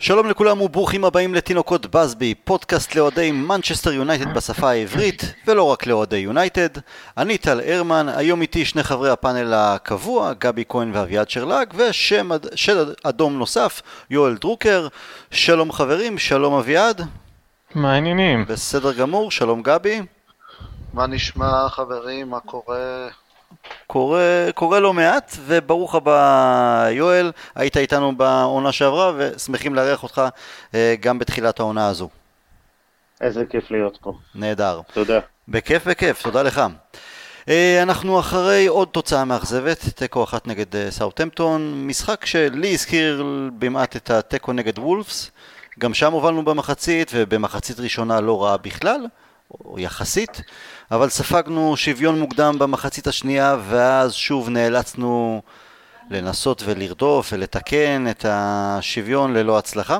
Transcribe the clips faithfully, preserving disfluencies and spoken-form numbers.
שלום לכולם וברוכים הבאים לתינוקות בסבי, פודקאסט לאוהדי מנצ'סטר יונייטד בשפה העברית, ולא רק לאוהדי יונייטד. אני טל הרמן, היום איתי שני חברי הפאנל הקבוע, גבי כהן ואביעד שרלג, ושם אדום נוסף, יואל דרוקר. שלום חברים, שלום אביעד. מה העניינים? בסדר גמור, שלום גבי. מה נשמע חברים, מה קורה? קורה, קורה לא מעט, וברוך הבא יואל, היית איתנו בעונה שעברה ושמחים לארח אותך גם בתחילת העונה הזו. איזה כיף להיות פה. נהדר. תודה. בכיף בכיף, תודה לך. אנחנו אחרי עוד תוצאה מאכזבת, טקו אחת נגד סאות'המפטון, משחק שלי הזכיר במעט את הטקו נגד וולפס, גם שם הובלנו במחצית ובמחצית ראשונה לא רעה בכלל, או יחסית, אבל ספגנו שוויון מוקדם במחצית השנייה, ואז שוב נאלצנו לנסות ולרדוף ולתקן את השוויון ללא הצלחה.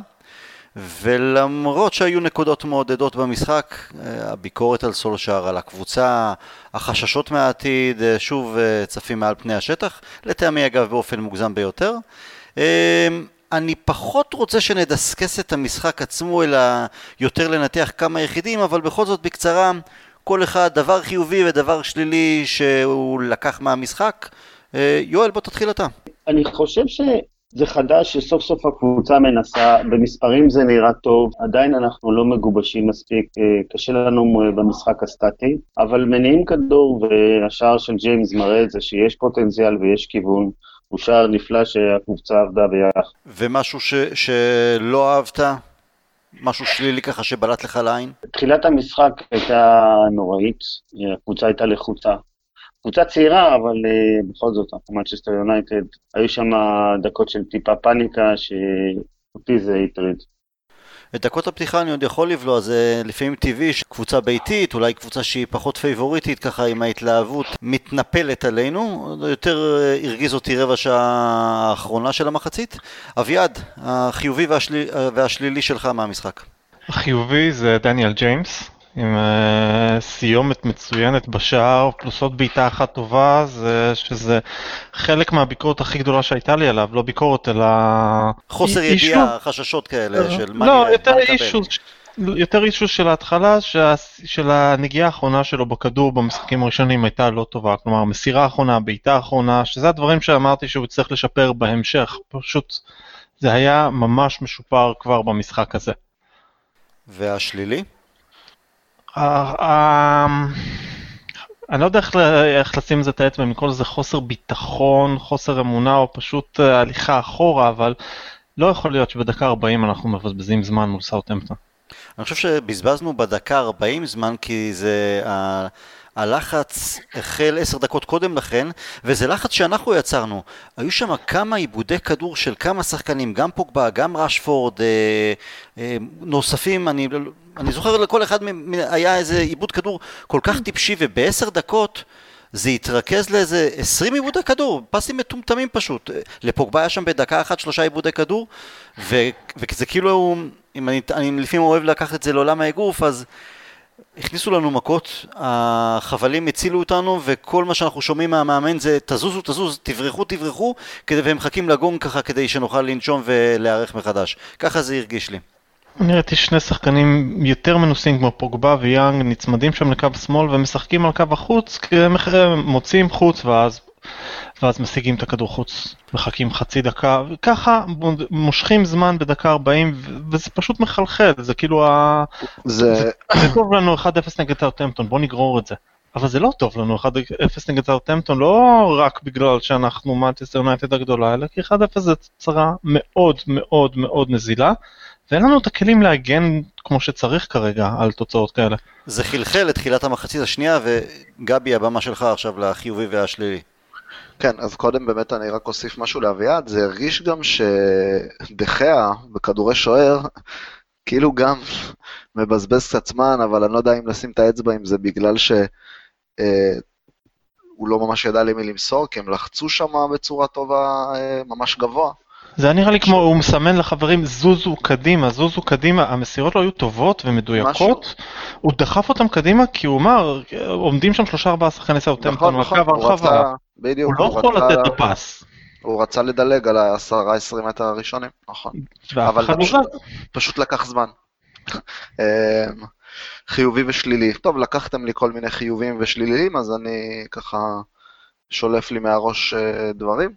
ולמרות שהיו נקודות מעודדות במשחק, הביקורת על סולשאר, על הקבוצה, החששות מהעתיד, שוב צפים מעל פני השטח, לטעמי אגב באופן מוגזם ביותר. אני פחות רוצה שנדסקס את המשחק עצמו, אלא יותר לנתח כמה יחידים, אבל בכל זאת בקצרה, כל אחד דבר חיובי ודבר שלילי שהוא לקח מהמשחק. יואל, בוא תתחיל אתה. אני חושב שזה חדש שסוף סוף הקבוצה מנסה, במספרים זה נראה טוב, עדיין אנחנו לא מגובשים מספיק, קשה לנו במשחק הסטטי, אבל מניעים כדור והשער של ג'יימס מראה את זה שיש פוטנציאל ויש כיוון, הוא שער נפלא שהקבוצה עבדה ביחד. ומשהו ש, שלא אהבת? משהו שלילי ככה שבלט לך לעין? תחילת המשחק הייתה נוראית, הקבוצה הייתה לחוצה. קבוצה צעירה, אבל uh, בכל זאת, מנצ'סטר יונייטד, היו שם דקות של טיפה פאניקה שאותי זה הטריד. את דקות הפתיחה אני עוד יכול לבלוע, זה לפעמים טבעי שקבוצה ביתית, אולי קבוצה שהיא פחות פייבוריטית, ככה עם ההתלהבות מתנפלת עלינו, יותר הרגיז אותי רבע שעה האחרונה של המחצית. אביעד, החיובי והשלילי, והשלילי שלך מהמשחק. החיובי זה דניאל ג'יימס, עם uh, סיומת מצוינת בשער, פלוס עוד בעיטה אחת טובה, זה שזה חלק מהביקורת הכי גדולה שהייתה לי עליו, לא ביקורת אלא... חוסר ידיעה, חששות כאלה של מה לא, נראה, יותר מה נקבל. אישוס, יותר אישוס של ההתחלה, שה, של הנגיעה האחרונה שלו בכדור במשחקים הראשונים הייתה לא טובה, כלומר מסירה האחרונה, בעיטה האחרונה, שזה הדברים שאמרתי שהוא צריך לשפר בהמשך, פשוט זה היה ממש משופר כבר במשחק הזה. והשלילי? אני לא יודע איך לשים את זה את האצבע, מכל זה חוסר ביטחון, חוסר אמונה או פשוט הליכה אחורה, אבל לא יכול להיות שבדקה ארבעים אנחנו מבזבזים זמן מול סאות'המפטון. אני חושב שבזבזנו בדקה ארבעים זמן, כי זה הלחץ החל עשר דקות קודם לכן, וזה לחץ שאנחנו יצרנו. היו שם כמה עיבודי כדור של כמה שחקנים, גם פוגבה, גם רשפורד, אה, אה, נוספים, אני, אני זוכר לכל אחד היה איזה עיבוד כדור כל כך טיפשי, ובעשר דקות זה התרכז לאיזה עשרים עיבודי כדור, פסים מטומטמים פשוט. לפוגבה היה שם בדקה אחת שלושה עיבודי כדור, ו, וזה כאילו, אם אני, אני לפעמים אוהב לקחת את זה לעולם האגוף, אז הכניסו לנו מכות, החבלים הצילו אותנו, וכל מה שאנחנו שומעים מהמאמן זה תזוזו, תזוז, תברחו, תברחו, כדי, והם מחכים לגון ככה כדי שנוכל לנשום ולהערך מחדש. ככה זה הרגיש לי. אני ראיתי שני שחקנים יותר מנוסים כמו פוגבה ויאנג, נצמדים שם לקו שמאל ומשחקים על קו החוץ, כי הם מוצאים חוץ ואז, ואז משיגים את הכדור חוץ, מחכים חצי דקה, וככה מושכים זמן בדקה ארבעים, וזה פשוט מחלחל, זה כאילו ה... זה, זה, זה טוב לנו אחד אפס נגד סאות'המפטון, בוא נגרור את זה. אבל זה לא טוב לנו אחד אפס נגד סאות'המפטון, לא רק בגלל שאנחנו מנצ'סטר יונייטד הגדולה, אלא כי אחד אפס זה צרה מאוד מאוד מאוד נזילה, ואין לנו את הכלים להגן כמו שצריך כרגע על תוצאות כאלה. זה חלחל לתחילת המחצית השנייה, וגבי הבמה שלך עכשיו לחיובי והשלילי. כן, אז קודם באמת אני רק אוסיף משהו לאביעד, זה הרגיש גם שדחיה בכדורי שוער, כאילו גם מבזבז קצת זמן, אבל אני לא יודע אם לשים את האצבע אם זה בגלל שהוא לא ממש ידע למי למסור, כי הם לחצו שם בצורה טובה ממש גבוה. זה נראה לי כמו, הוא מסמן לחברים, זוזו קדימה, זוזו קדימה, המסירות לא היו טובות ומדויקות, הוא דחף אותם קדימה כי הוא אמר, עומדים שם שלושה ארבעה שחקני סאות'המפטון, נכון, נכון, הוא רצה, בדיוק, הוא לא יכול לתת את הפס. הוא רצה לדלג על ה-עשרה עשרים מטר הראשונים, נכון. אבל פשוט, פשוט לקח זמן. חיובי ושלילי. טוב, לקחתם לי כל מיני חיובים ושליליים, אז אני ככה שולף לי מהראש דברים.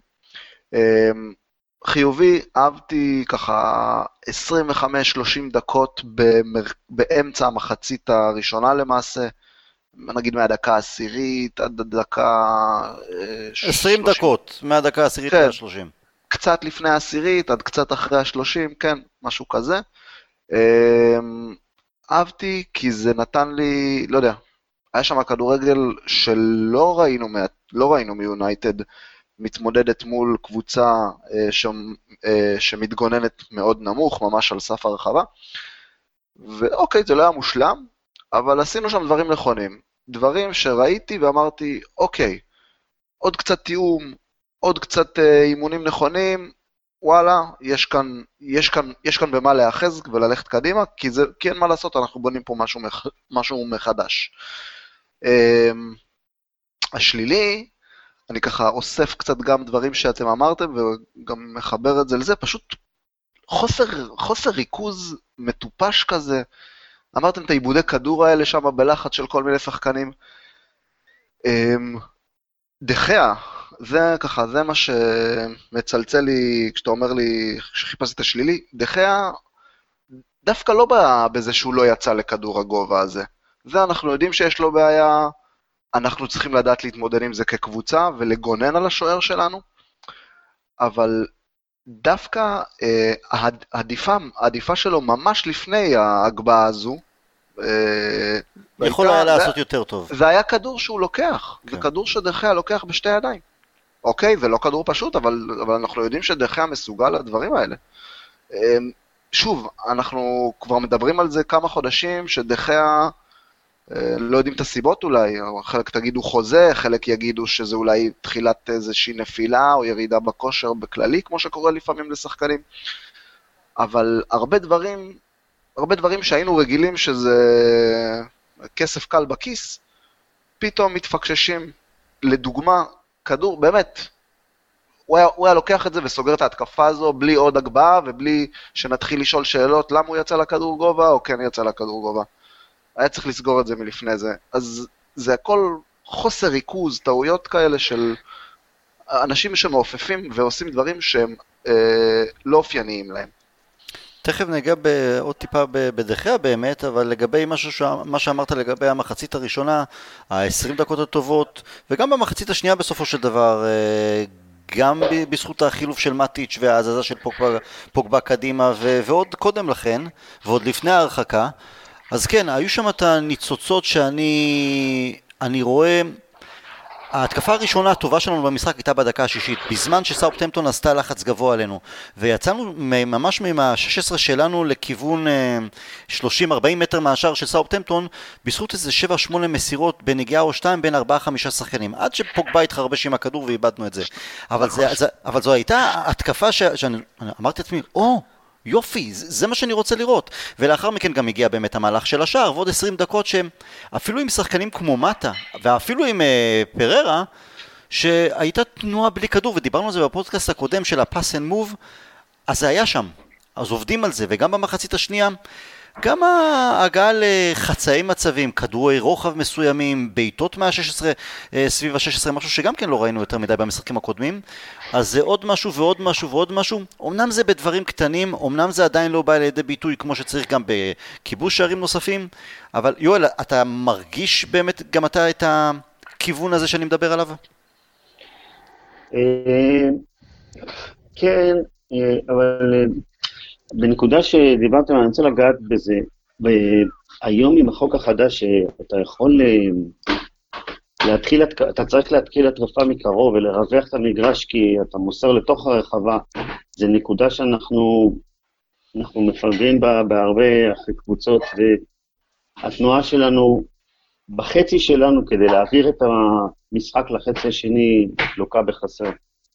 חיובי, אהבתי ככה עשרים וחמש שלושים דקות באמצע המחצית הראשונה למעשה, נגיד מהדקה העשירית עד הדקה... עשרים דקות, מהדקה העשירית עד שלושים. קצת לפני העשירית, עד קצת אחרי השלושים, כן, משהו כזה. אהבתי כי זה נתן לי, לא יודע, היה שם כדורגל שלא ראינו, לא ראינו מיונייטד, מתמודדת מול קבוצה ש... שמתגוננת מאוד נמוך, ממש על סף הרחבה. ואוקיי, זה לא היה מושלם, אבל עשינו שם דברים נכונים. דברים שראיתי ואמרתי, אוקיי, עוד קצת תיאום, עוד קצת אימונים נכונים, וואלה, יש כאן, יש כאן, יש כאן במה להאחז וללכת קדימה, כי, זה, כי אין מה לעשות, אנחנו בונים פה משהו, מח, משהו מחדש. השלילי, אני ככה אוסף קצת גם דברים שאתם אמרתם, וגם מחבר את זה לזה, פשוט חוסר, חוסר ריכוז מטופש כזה. אמרתם את העיבודי כדור האלה שם בלחץ של כל מיני שחקנים. דחיה, זה ככה, זה מה שמצלצל לי, כשאתה אומר לי שחיפשתי את השלילי, דחיה דווקא לא בא בזה שהוא לא יצא לכדור הגובה הזה. זה אנחנו יודעים שיש לו בעיה, אנחנו צריכים לדעת להתמודד עם זה כקבוצה ולגונן על השוער שלנו, אבל דווקא אה, העדיפה, העדיפה שלו ממש לפני ההגבהה הזו, אה, יכול היה לעשות יותר טוב. זה היה כדור שהוא לוקח, כן. זה כדור שדחיה לוקח בשתי ידיים. אוקיי, זה לא כדור פשוט, אבל, אבל אנחנו יודעים שדחיה מסוגל לדברים האלה. אה, שוב, אנחנו כבר מדברים על זה כמה חודשים, שדחיה, לא יודעים את הסיבות אולי, חלק תגידו חוזה, חלק יגידו שזה אולי תחילת איזושהי נפילה או ירידה בכושר בכללי, כמו שקורה לפעמים לשחקנים, אבל הרבה דברים, הרבה דברים שהיינו רגילים שזה כסף קל בכיס, פתאום מתפקששים. לדוגמה, כדור, באמת, הוא היה, הוא היה לוקח את זה וסוגר את ההתקפה הזו בלי עוד הגבהה ובלי שנתחיל לשאול שאלות למה הוא יצא לכדור גובה או כן יצא לכדור גובה. היה צריך לסגור את זה מלפני זה. אז זה הכל חוסר ריכוז, טעויות כאלה של אנשים שמעופפים ועושים דברים שהם אה, לא אופייניים להם. תכף ניגע עוד טיפה בדחיה באמת, אבל לגבי משהו, מה שאמרת לגבי המחצית הראשונה, ה-עשרים דקות הטובות, וגם במחצית השנייה בסופו של דבר, גם בזכות החילוף של מטיץ' וההזזה של פוגבה, פוגבה קדימה, ו- ועוד קודם לכן, ועוד לפני ההרחקה, אז כן, היו שם את הניצוצות שאני אני רואה, ההתקפה הראשונה הטובה שלנו במשחק הייתה בדקה השישית, בזמן שסאות'המפטון עשתה לחץ גבוה עלינו, ויצאנו ממש מה-שש עשרה שלנו לכיוון שלושים ארבעים מטר מהשאר של סאות'המפטון, בזכות איזה שבע שמונה מסירות בנגיעה או שתיים בין ארבעה חמישה שחקנים, עד שפוגבה התחרבש עם הכדור ואיבדנו את זה. אבל, זה, זה, אבל זו הייתה התקפה ש, שאני אמרתי לעצמי, או, יופי, זה, זה מה שאני רוצה לראות. ולאחר מכן גם הגיע באמת המהלך של השער, ועוד עשרים דקות שאפילו עם שחקנים כמו מטה, ואפילו עם אה, פררה, שהייתה תנועה בלי כדור, ודיברנו על זה בפודקאסט הקודם של ה-Pass and Move, אז זה היה שם. אז עובדים על זה, וגם במחצית השנייה, גם ההגעה לחצאי מצבים, כדורי רוחב מסוימים, בעיטות מה-שש עשרה, סביב ה-שש עשרה, משהו שגם כן לא ראינו יותר מדי במשחקים הקודמים, אז זה עוד משהו ועוד משהו ועוד משהו, אמנם זה בדברים קטנים, אמנם זה עדיין לא בא לידי ביטוי כמו שצריך גם בכיבוש שערים נוספים, אבל יואל, אתה מרגיש באמת גם אתה את הכיוון הזה שאני מדבר עליו? כן, אבל בנקודה שדיברתם, אני רוצה לגעת בזה, היום עם החוק החדש, אתה יכול להתחיל, אתה צריך להתחיל התרפה מקרוב ולרווח את המגרש, כי אתה מוסר לתוך הרחבה, זה נקודה שאנחנו אנחנו מפלגים בה בהרבה אחרי קבוצות, והתנועה שלנו, בחצי שלנו, כדי להעביר את המשחק לחצי השני, לוקה בחסר.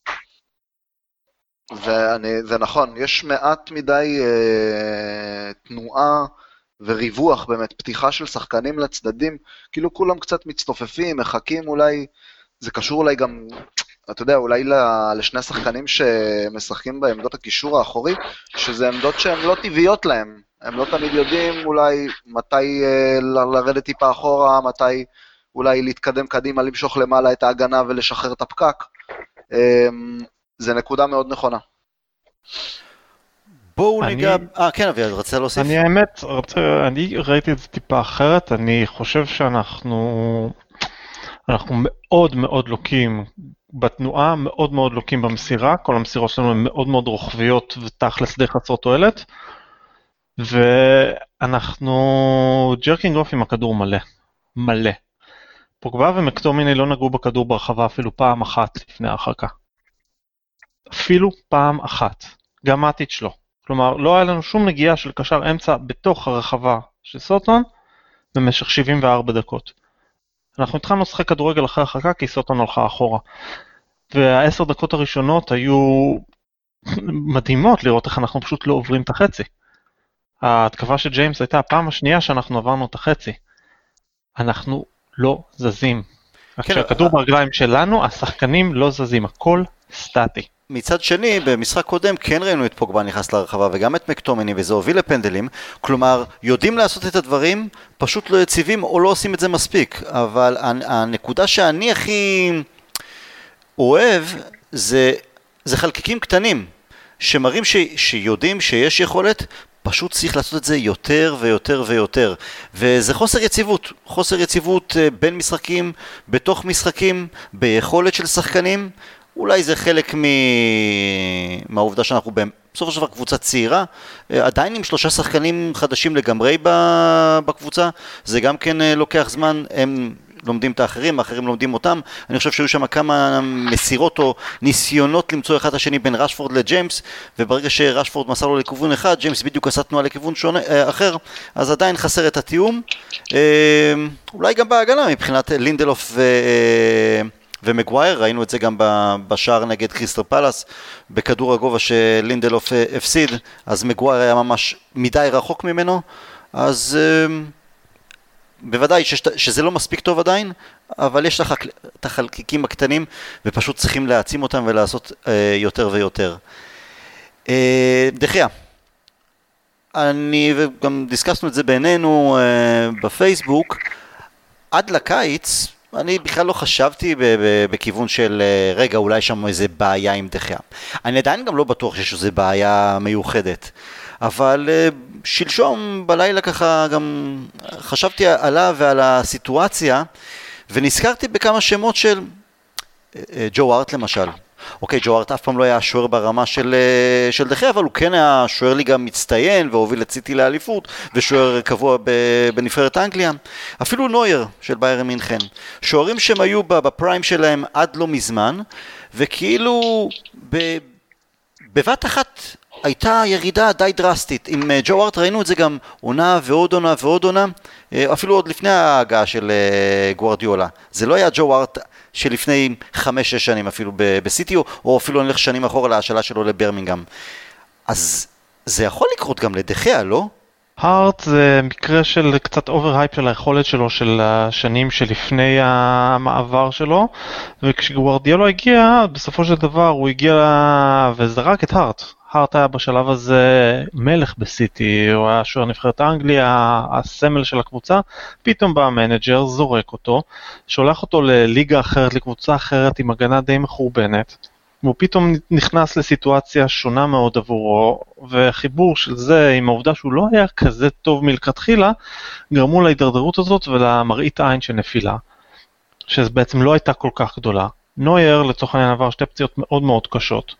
זה, אני, זה נכון, יש מעט מדי אה, תנועה וריווח באמת, פתיחה של שחקנים לצדדים, כאילו כולם קצת מצטופפים, מחכים אולי, זה קשור אולי גם, אתה יודע, אולי לשני השחקנים שמשחקים בעמדות הקישור האחורי, שזה עמדות שהן לא טבעיות להם, הם לא תמיד יודעים אולי מתי לרדת טיפה אחורה, מתי אולי להתקדם קדימה, למשוך למעלה את ההגנה ולשחרר את הפקק. זה נקודה מאוד נכונה. בואו ניגע... אה, כן, אביעד, רצה להוסיף? אני האמת, רוצה, אני ראיתי את זה טיפה אחרת, אני חושב שאנחנו אנחנו מאוד מאוד לוקים בתנועה, מאוד מאוד לוקים במסירה, כל המסירות שלנו הן מאוד מאוד רוחביות ותכלס די חסרות תועלת, ואנחנו ג'רקינג אוף עם הכדור מלא, מלא. פוגבה ומקטומיני לא נגעו בכדור ברחבה אפילו פעם אחת לפני ההרחקה. אפילו פעם אחת. גם מאטיץ' לא. כלומר, לא היה לנו שום נגיעה של קשר אמצע בתוך הרחבה של סוטון במשך שבעים וארבע דקות. אנחנו התחלנו לשחק כדורגל אחרי ההרחקה כי סוטון הלכה אחורה. והעשר דקות הראשונות היו מדהימות לראות איך אנחנו פשוט לא עוברים את החצי. ההתקפה של ג'יימס הייתה הפעם השנייה שאנחנו עברנו את החצי. אנחנו לא זזים. כשהכדור ברגליים שלנו, השחקנים לא זזים, הכל סטטי. מצד שני, במשחק קודם כן ראינו את פוגבה נכנס לרחבה וגם את מקטומני, וזה הוביל לפנדלים. כלומר, יודעים לעשות את הדברים, פשוט לא יציבים או לא עושים את זה מספיק. אבל הנקודה שאני הכי אוהב זה, זה חלקיקים קטנים, שמראים ש, שיודעים שיש יכולת, פשוט צריך לעשות את זה יותר ויותר ויותר. וזה חוסר יציבות, חוסר יציבות בין משחקים, בתוך משחקים, ביכולת של שחקנים. אולי זה חלק מהעובדה שאנחנו בסופו של דבר קבוצה צעירה, עדיין עם שלושה שחקנים חדשים לגמרי בקבוצה, זה גם כן לוקח זמן, הם לומדים את האחרים, האחרים לומדים אותם. אני חושב שהיו שם כמה מסירות או ניסיונות למצוא אחד השני בין רשפורד לג'יימס, וברגע שרשפורד מסר לו לכיוון אחד, ג'יימס בדיוק עשה תנועה לכיוון שונה, אחר, אז עדיין חסר את התיאום. אולי גם בהגנה מבחינת לינדלוף ו... ומגווייר, ראינו את זה גם בשער נגד קריסטל פלאס, בכדור הגובה שלינדלוף הפסיד, אז מגווייר היה ממש מדי רחוק ממנו, אז בוודאי שזה לא מספיק טוב עדיין, אבל יש לך את החלקיקים הקטנים, ופשוט צריכים להעצים אותם ולעשות יותר ויותר. דחיה, אני, וגם דיסקסנו את זה בינינו בפייסבוק, עד לקיץ, אני בכלל לא חשבתי בכיוון של רגע, אולי שם איזה בעיה עם דחיה. אני עדיין גם לא בטוח שיש איזו בעיה מיוחדת. אבל שלשום בלילה ככה גם חשבתי עליו ועל הסיטואציה, ונזכרתי בכמה שמות של ג'ו ארט למשל. אוקיי, ג'ו ארט אף פעם לא היה שוער ברמה של, של דחיה, אבל הוא כן היה שוער ליגה מצטיין, והוביל את סיטי לאליפות, ושוער קבוע בנבחרת אנגליה. אפילו נויר של ביירן מינכן. שוערים שהם היו בפריים שלהם עד לא מזמן, וכאילו בבת אחת הייתה ירידה די דרסטית. עם ג'ו ארט ראינו את זה גם עונה ועוד עונה ועוד עונה, אפילו עוד לפני ההגעה של גוארדיולה. זה לא היה ג'ו ארט שלפני חמש, שש שנים אפילו בסיטי, או אפילו נלך שנים אחורה להשאלה שלו לברמינגהם. אז זה יכול לקרות גם לדחיה, לא? הארט זה מקרה של קצת אובר-הייפ של היכולת שלו של השנים שלפני המעבר שלו, וכשגוארדיולה הגיע, בסופו של דבר הוא הגיע וזרק את הארט. הארט היה בשלב הזה מלך בסיטי, הוא היה שוער נבחרת אנגליה, הסמל של הקבוצה, פתאום בא המנג'ר, זורק אותו, שולח אותו לליגה אחרת, לקבוצה אחרת עם הגנה די מחורבנת, והוא פתאום נכנס לסיטואציה שונה מאוד עבורו, וחיבור של זה עם העובדה שהוא לא היה כזה טוב מלכתחילה, גרמו להידרדרות הזאת ולמראית עין של נפילה, שזה בעצם לא הייתה כל כך גדולה. נויר לצורך העניין עבר שתי פציעות מאוד מאוד קשות,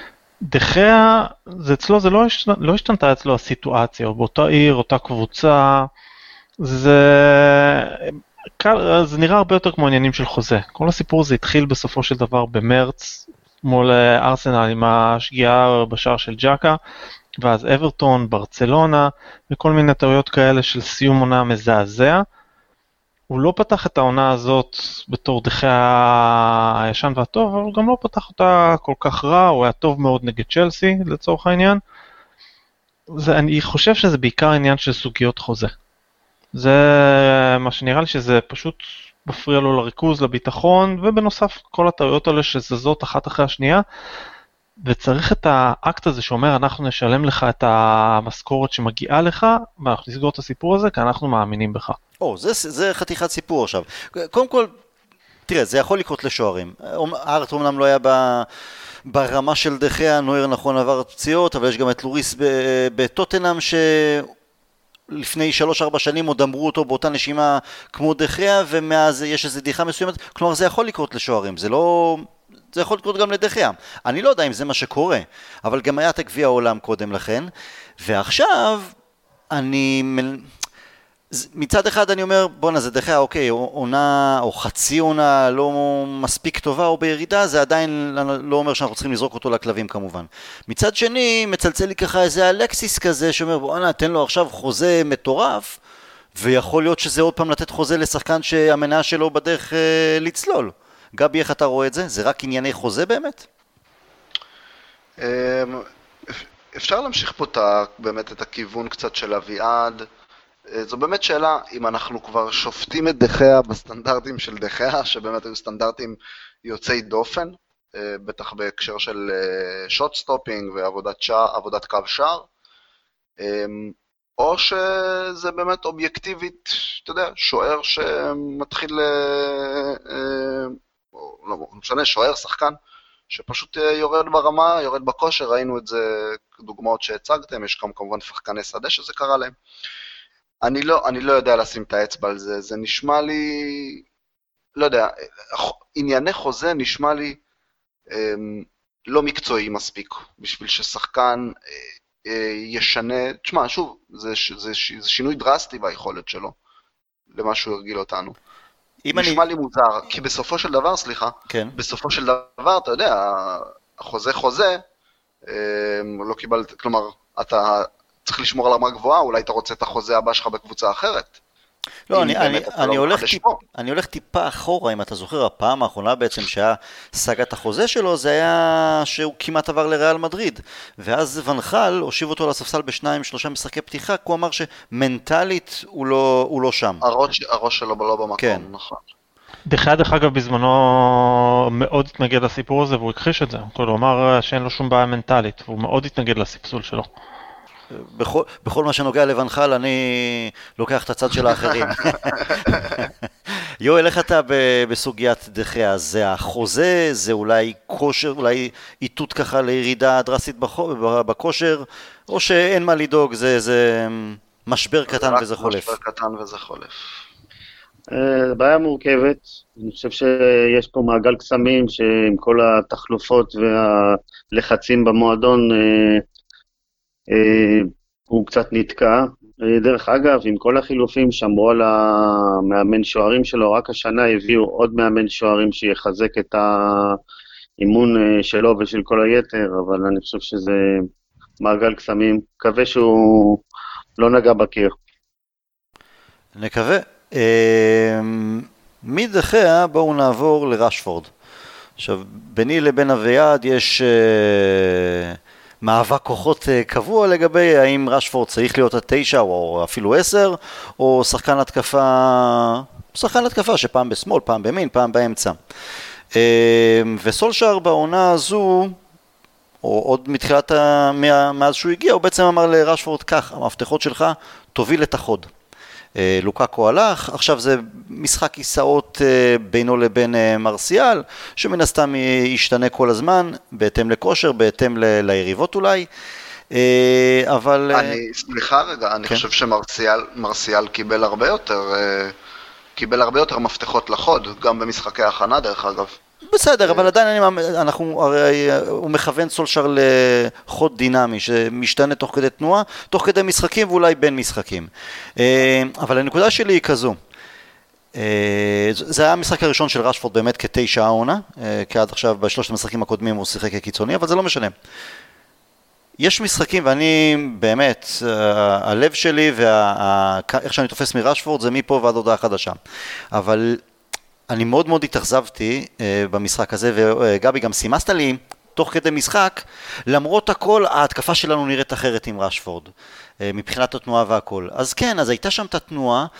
דחיה, זה אצלו, זה לא, השת, לא השתנתה אצלו הסיטואציה, או באותה עיר, אותה קבוצה, זה, זה נראה הרבה יותר כמו עניינים של חוזה. כל הסיפור הזה התחיל בסופו של דבר במרץ, מול ארסנל עם השגיאה בשער של ג'קה, ואז אברטון, ברצלונה, וכל מיני טעויות כאלה של סיום עונה מזעזע. הוא לא פתח את העונה הזאת בתור דחיה הישן והטוב, אבל הוא גם לא פתח אותה כל כך רע, הוא היה טוב מאוד נגד צ'לסי לצורך העניין. זה, אני חושב שזה בעיקר עניין של סוגיות חוזה. זה מה שנראה לי שזה פשוט מפריע לו לריכוז, לביטחון, ובנוסף כל הטעויות האלה שזזות אחת אחרי השנייה, וצריך את האקט הזה שאומר, אנחנו נשלם לך את המשכורת שמגיעה לך, ואנחנו נסגור את הסיפור הזה, כי אנחנו מאמינים בך. או, זה, זה חתיכת סיפור עכשיו. קודם כל, תראה, זה יכול לקרות לשוערים. הארט אומנם לא היה ב... ברמה של דחיה, נויר נכון עבר פציעות, אבל יש גם את לוריס בטוטנאם שלפני שלוש ארבע שנים עוד אמרו אותו באותה נשימה כמו דחיה, ומאז יש איזו דיחה מסוימת. כלומר, זה יכול לקרות לשוערים, זה לא... זה יכול לקרות גם לדחיה. אני לא יודע אם זה מה שקורה, אבל גם היה את הגביע העולם קודם לכן, ועכשיו אני... מצד אחד אני אומר, בוא נזה דחיה, אוקיי, עונה או חצי עונה לא מספיק טובה או בירידה, זה עדיין לא אומר שאנחנו צריכים לזרוק אותו לכלבים כמובן. מצד שני, מצלצל לי ככה איזה אלקסיס כזה, שאומר, בוא נתן לו עכשיו חוזה מטורף, ויכול להיות שזה עוד פעם לתת חוזה לשחקן שהמניה שלו בדרך אה, לצלול. גבי, איך אתה רואה את זה? זה רק ענייני חוזה באמת? אפשר להמשיך פה באמת את הכיוון קצת של אביעד. זו באמת שאלה אם אנחנו כבר שופטים את דחיה בסטנדרטים של דחיה, שבאמת היו סטנדרטים יוצאי דופן, בטח בהקשר של שוט סטופינג ועבודת שער, עבודת קו שער, או שזה באמת אובייקטיבית, אתה יודע, שוער שמתחיל, לא משנה, שוער, שחקן, שפשוט יורד ברמה, יורד בכושר, ראינו את זה, דוגמאות שהצגתם, יש גם כמובן שחקני שדה שזה קרה להם. אני לא, אני לא יודע לשים את האצבע על זה, זה נשמע לי, לא יודע, ענייני חוזה נשמע לי אמ, לא מקצועי מספיק, בשביל ששחקן אה, אה, ישנה, תשמע, שוב, זה, זה, זה שינוי דרסטי ביכולת שלו, למה שהוא הרגיל אותנו. נשמע אני... לי מוזר, כי בסופו של דבר, סליחה, כן. בסופו של דבר, אתה יודע, החוזה חוזה, אה, לא קיבלת, כלומר, אתה... צריך לשמור על רמה גבוהה, אולי אתה רוצה את החוזה הבא שלך בקבוצה אחרת. לא, אני, אני, אני, לא הולך טיפ, אני הולך טיפה אחורה, אם אתה זוכר, הפעם האחרונה בעצם שהיה סגת החוזה שלו, זה היה שהוא כמעט עבר לריאל מדריד, ואז ונחל הושיב אותו לספסל בשניים, שלושה משחקי פתיחה, כי הוא אמר שמנטלית הוא לא, הוא לא שם. הראש, הראש שלו לא במקום, כן. נכון. דחיה דרך אגב בזמנו מאוד התנגד לסיפור הזה, והוא הכחיש את זה, הוא אמר שאין לו שום בעיה מנטלית, והוא מאוד התנגד לספסול שלו. בכל, בכל מה שנוגע לבנחל, אני לוקח את הצד של האחרים. יואל, איך אתה בסוגיית דחיה? זה החוזה, זה אולי כושר, אולי איתות ככה לירידה דרסטית בכושר, או שאין מה לדאוג, זה, זה משבר קטן וזה חולף? משבר קטן וזה חולף. זו בעיה מורכבת, אני חושב שיש פה מעגל קסמים שעם כל התחלופות והלחצים במועדון הוא קצת נתקע. דרך אגב, עם כל החילופים שמרו על המאמן שוערים שלו, רק השנה הביאו עוד מאמן שוערים שיחזק את האימון שלו ושל כל היתר, אבל אני חושב שזה מעגל קסמים, מקווה שהוא לא נגע בקיר. נקווה. מדחיה בואו נעבור לרשפורד. עכשיו, ביני לבין אביעד יש מאבק כוחות קבוע לגבי האם רשפורד צריך להיות התשע או אפילו עשר, או שחקן התקפה, שחקן התקפה שפעם בשמאל, פעם במין, פעם באמצע. וסולשר בעונה הזו, או עוד מתחילת, מאז שהוא הגיע, הוא בעצם אמר לרשפורד כך, המפתחות שלך תוביל את החוד. לוקאקו הלך, עכשיו זה משחק כיסאות בינו לבין מרסיאל, שמן הסתם ישתנה כל הזמן, בהתאם לכושר, בהתאם ליריבות אולי, אבל... אני, סליחה רגע, אני כן. חושב שמרסיאל מרסיאל קיבל הרבה יותר, קיבל הרבה יותר מפתחות לחוד, גם במשחקי ההכנה דרך אגב. בסדר, אבל עדיין אני, אנחנו, הרי הוא מכוון סולשר לחוד דינמי שמשתנה תוך כדי תנועה, תוך כדי משחקים ואולי בין משחקים. אבל הנקודה שלי היא כזו, זה היה המשחק הראשון של רשפורד באמת כתשע העונה, כי עד עכשיו בשלושת המשחקים הקודמים הוא שיחק כקיצוני, אבל זה לא משנה. יש משחקים ואני באמת, הלב שלי ואיך שאני תופס מרשפורד זה מפה ועד הודעה חדשה. אבל אני מאוד מאוד התאכזבתי uh, במשחק הזה, וגבי גם סימסת לי, תוך כדי משחק, למרות הכל, ההתקפה שלנו נראית אחרת עם רשפורד, uh, מבחינת התנועה והכל. אז כן, אז הייתה שם את התנועה,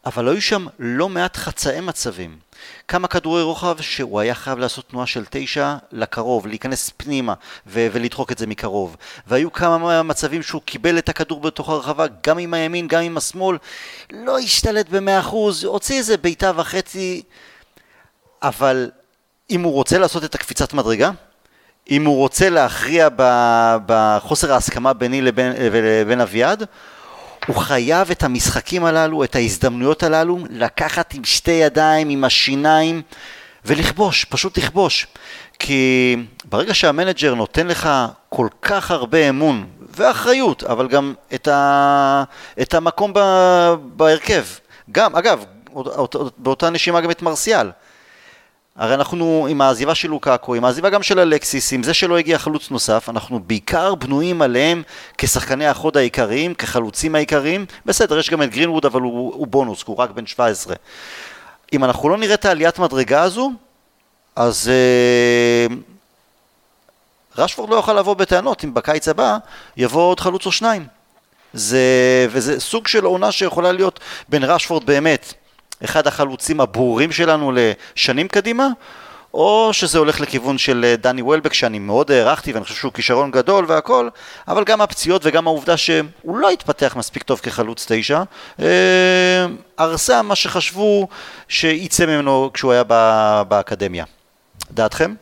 אבל היו שם לא מעט חצאי מצבים. כמה כדורי רוחב שהוא היה חייב לעשות תנועה של תשע לקרוב, להיכנס פנימה ו- ולדחוק את זה מקרוב. והיו כמה מצבים שהוא קיבל את הכדור בתוך הרחבה, גם עם הימין, גם עם השמאל, לא השתלט במאה אחוז, הוציא איזה ביתה וחצי, אבל אם הוא רוצה לעשות את הקפיצת מדרגה, אם הוא רוצה להכריע בחוסר ההסכמה ביני לבין, לבין אביעד, הוא חייב את המשחקים הללו, את ההזדמנויות הללו, לקחת עם שתי ידיים, עם השיניים, ולכבוש, פשוט לכבוש. כי ברגע שהמנג'ר נותן לך כל כך הרבה אמון ואחריות, אבל גם את, ה... את המקום ב... בהרכב. גם, אגב, באותה נשימה גם את מרסיאל. הרי אנחנו עם העזיבה של לוקאקו, עם העזיבה גם של אלקסיס, עם זה שלא הגיע חלוץ נוסף, אנחנו בעיקר בנויים עליהם כשחקני החוד העיקריים, כחלוצים העיקריים. בסדר, יש גם את גרינווד, אבל הוא, הוא בונוס, הוא רק בן שבע עשרה. אם אנחנו לא נראה את העליית מדרגה הזו, אז אה, רשפורד לא יוכל לבוא בטענות, אם בקיץ הבא יבוא עוד חלוץ או שניים. זה, וזה סוג של עונה שיכולה להיות בין רשפורד באמת, אחד החלוצים הברורים שלנו לשנים קדימה, או שזה הולך לכיוון של דני וולבק, שאני מאוד הערכתי ואני חושב שהוא כישרון גדול והכל, אבל גם הפציעות וגם העובדה שהוא לא התפתח מספיק טוב כחלוץ תשע, הרסה מה שחשבו שייצא ממנו כשהוא היה באקדמיה. דעתכם?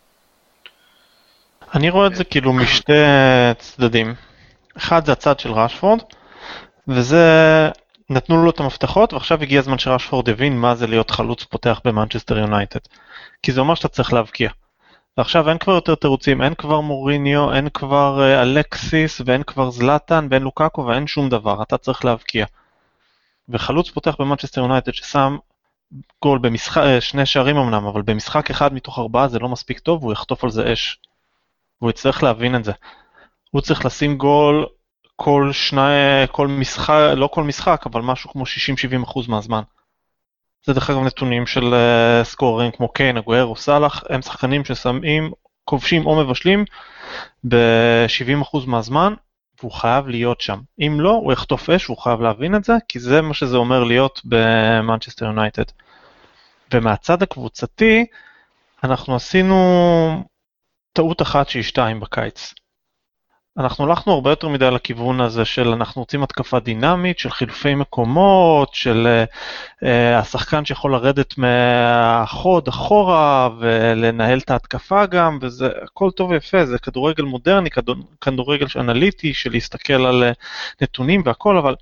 אני רואה את זה כאילו משתי צדדים. אחד זה הצד של רשפורד, וזה נתנו לו את המפתחות, ועכשיו הגיע הזמן שרשפורד הבין מה זה להיות חלוץ פותח במנצ'סטר יונייטד. כי זה אומר שאתה צריך להבקיע. ועכשיו אין כבר יותר תירוצים, אין כבר מוריניו, אין כבר אלקסיס, ואין כבר זלטן, ואין לוקאקו, ואין שום דבר. אתה צריך להבקיע. וחלוץ פותח במנצ'סטר יונייטד ששם גול במשחק, שני שערים אמנם, אבל במשחק אחד מתוך ארבעה זה לא מספיק טוב, והוא יחטוף על זה אש. והוא יצטרך להבין את זה. הוא צריך לשים גול כל שני, כל משחק, לא כל משחק, אבל משהו כמו שישים שבעים אחוז מהזמן. זה דרך אגב נתונים של uh, סקוררים כמו קיין, אגוארו, סלאח, הם שחקנים ששמים, כובשים או מבשלים ב-שבעים אחוז מהזמן, והוא חייב להיות שם. אם לא, הוא יחטוף אש, והוא חייב להבין את זה, כי זה מה שזה אומר להיות במנצ'סטר יונייטד. ומהצד הקבוצתי, אנחנו עשינו טעות אחת שהיא שתיים בקיץ. אנחנו הלכנו הרבה יותר מדי לכיוון הזה של אנחנו רוצים התקפה דינמית, של חילופי מקומות, של uh, השחקן שיכול לרדת מהחוד אחורה ולנהל את ההתקפה גם, וזה הכל טוב ויפה, זה כדורגל מודרני, כדורגל אנליטי של להסתכל על נתונים והכל, אבל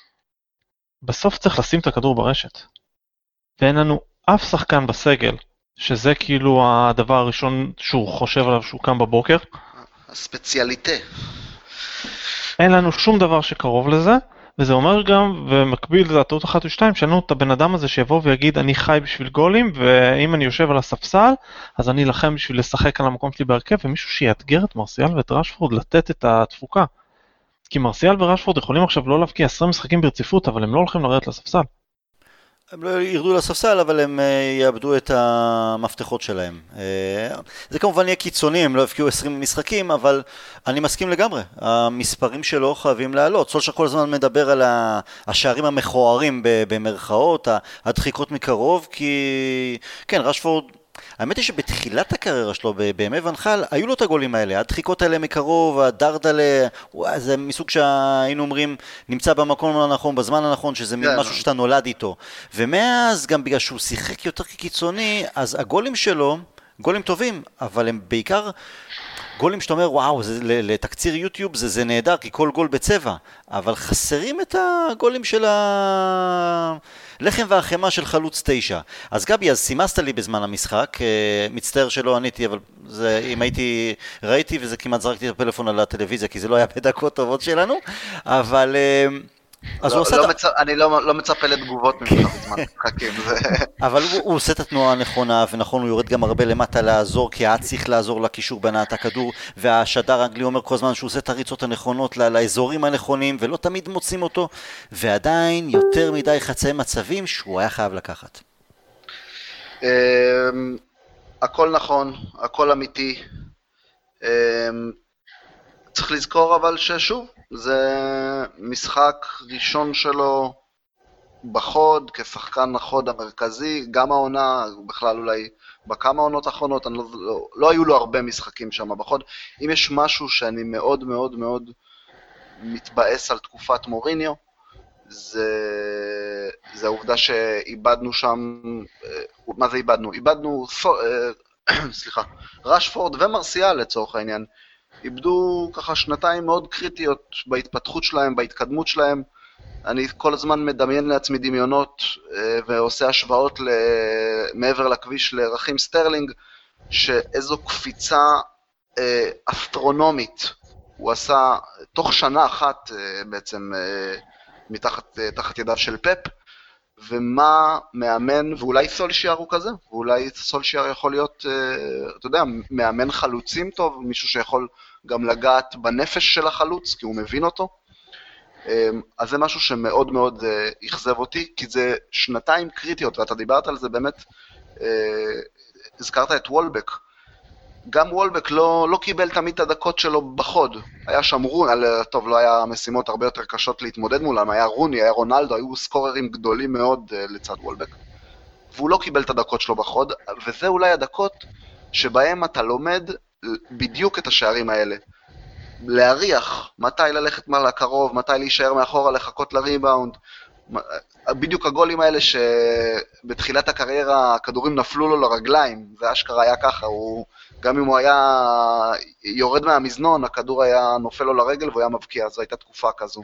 בסוף צריך לשים את הכדור ברשת. ואין לנו אף שחקן בסגל, שזה כאילו הדבר הראשון שהוא חושב עליו שהוא קם בבוקר, הספציאליטה. אין לנו שום דבר שקרוב לזה, וזה אומר גם, ומקביל זה הטעות אחת ושתיים, שאנו את הבן אדם הזה שיבוא ויגיד, אני חי בשביל גולים, ואם אני יושב על הספסל, אז אני אלחם בשביל לשחק על המקום שלי בהרכב, ומישהו שיאתגר את מרסיאל ואת רשפורד לתת את התפוקה. כי מרסיאל ורשפורד יכולים עכשיו לא להבקיע עשרים משחקים ברציפות, אבל הם לא הולכים לרדת לספסל. הם לא ירדו לספסל, אבל הם יאבדו את המפתחות שלהם. זה כמובן יהיה קיצוני, הם לא יפקיעו עשרים משחקים, אבל אני מסכים לגמרי. המספרים שלו חייבים לעלות. סולשר כל הזמן מדבר על השערים המכוערים במרכאות, הדחיקות מקרוב, כי כן, רשפורד, האמת היא שבתחילת הקריירה שלו בימי ונחל, היו לו את הגולים האלה, הדחיקות האלה מקרוב, הדרדלה, זה מסוג שהיינו אומרים, נמצא במקום הנכון, בזמן הנכון, שזה yeah, משהו שאתה נולד איתו. ומאז, גם בגלל שהוא שיחק יותר כקיצוני, אז הגולים שלו, גולים טובים, אבל הם בעיקר גולים שאתה אומר, וואו, זה, לתקציר יוטיוב זה, זה נהדר, כי כל גול בצבע, אבל חסרים את הגולים של הלחם והחמה של חלוץ תשע. אז גבי, אז סימסת לי בזמן המשחק, מצטער שלא עניתי, אבל זה, אם הייתי, ראיתי, וזה כמעט זרקתי את הפלאפון על הטלוויזיה, כי זה לא היה בדקות טובות שלנו, אבל אז לא, הוא עושה לא את... מצ... אני לא, לא מצפה לתגובות ממך בזמן משחקים. אבל הוא, הוא עושה את התנועה הנכונה, ונכון, הוא יורד גם הרבה למטה לעזור, כי היה צריך לעזור לקישור בהנעת הכדור, והשדר האנגלי אומר כל הזמן שהוא עושה את הריצות הנכונות לאזורים הנכונים, ולא תמיד מוצאים אותו, ועדיין יותר מדי חצאי מצבים שהוא היה חייב לקחת. הכל נכון, הכל אמיתי. צריך לזכור אבל ששוב, זה משחק ראשון שלו בחוד, כשחקן החוד המרכזי, גם העונה, בכלל אולי בכמה עונות האחרונות, לא, לא, לא היו לו הרבה משחקים שם בחוד. אם יש משהו שאני מאוד מאוד מאוד מתבאס על תקופת מוריניו, זה, זה העובדה שאיבדנו שם, מה זה איבדנו? איבדנו, סליחה, רשפורד ומרסיאל לצורך העניין, איבדו ככה שנתיים מאוד קריטיות בהתפתחות שלהם, בהתקדמות שלהם. אני כל הזמן מדמיין לעצמי דמיונות ועושה השוואות מעבר לכביש לרכים סטרלינג, שאיזו קפיצה אסטרונומית הוא עשה תוך שנה אחת בעצם מתחת תחת ידיו של פפ, ומה מאמן, ואולי סולשיאר הוא כזה, ואולי סולשיאר יכול להיות, אתה יודע, מאמן חלוצים טוב, מישהו שיכול גם לגעת בנפש של החלוץ, כי הוא מבין אותו. אז זה משהו שמאוד מאוד יחזב אותי, כי זה שנתיים קריטיות, ואתה דיברת על זה באמת, הזכרת את וולבק. גם וולבק לא, לא קיבל תמיד את הדקות שלו בחוד. היה שם רוני, טוב, לא היה משימות הרבה יותר קשות להתמודד מולם, היה רוני, היה רונלדו, היו סקוררים גדולים מאוד לצד וולבק. והוא לא קיבל את הדקות שלו בחוד, וזה אולי הדקות שבהם אתה לומד בדיוק את השערים האלה. להריח, מתי ללכת מעל הקרוב, מתי להישאר מאחורה, לחכות לריבאונד. בדיוק הגולים האלה שבתחילת הקריירה הכדורים נפלו לו לרגליים, זה אשכרה היה ככה, הוא, גם אם הוא היה יורד מהמזנון, הכדור היה נופל לו לרגל והוא היה מבקיע, זו הייתה תקופה כזו.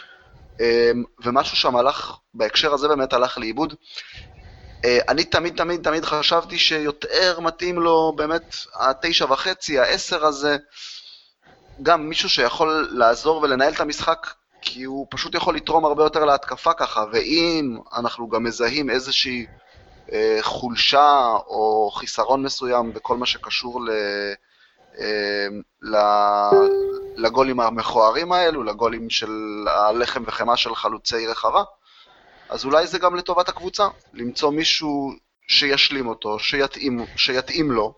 ומשהו שם הלך, בהקשר הזה באמת הלך לאיבוד. אני תמיד תמיד תמיד חשבתי שיותר מתאים לו באמת התשע וחצי, העשר הזה, גם מישהו שיכול לעזור ולנהל את המשחק, כי הוא פשוט יכול לתרום הרבה יותר להתקפה ככה, ואם אנחנו גם מזהים איזושהי אה, חולשה או חיסרון מסוים בכל מה שקשור ל, אה, ל, לגולים המכוערים האלו, לגולים של הלחם וחמה של חלוצי רחבה, אז אולי זה גם לטובת הקבוצה, למצוא מישהו שישלים אותו, שיתאים, שיתאים לו,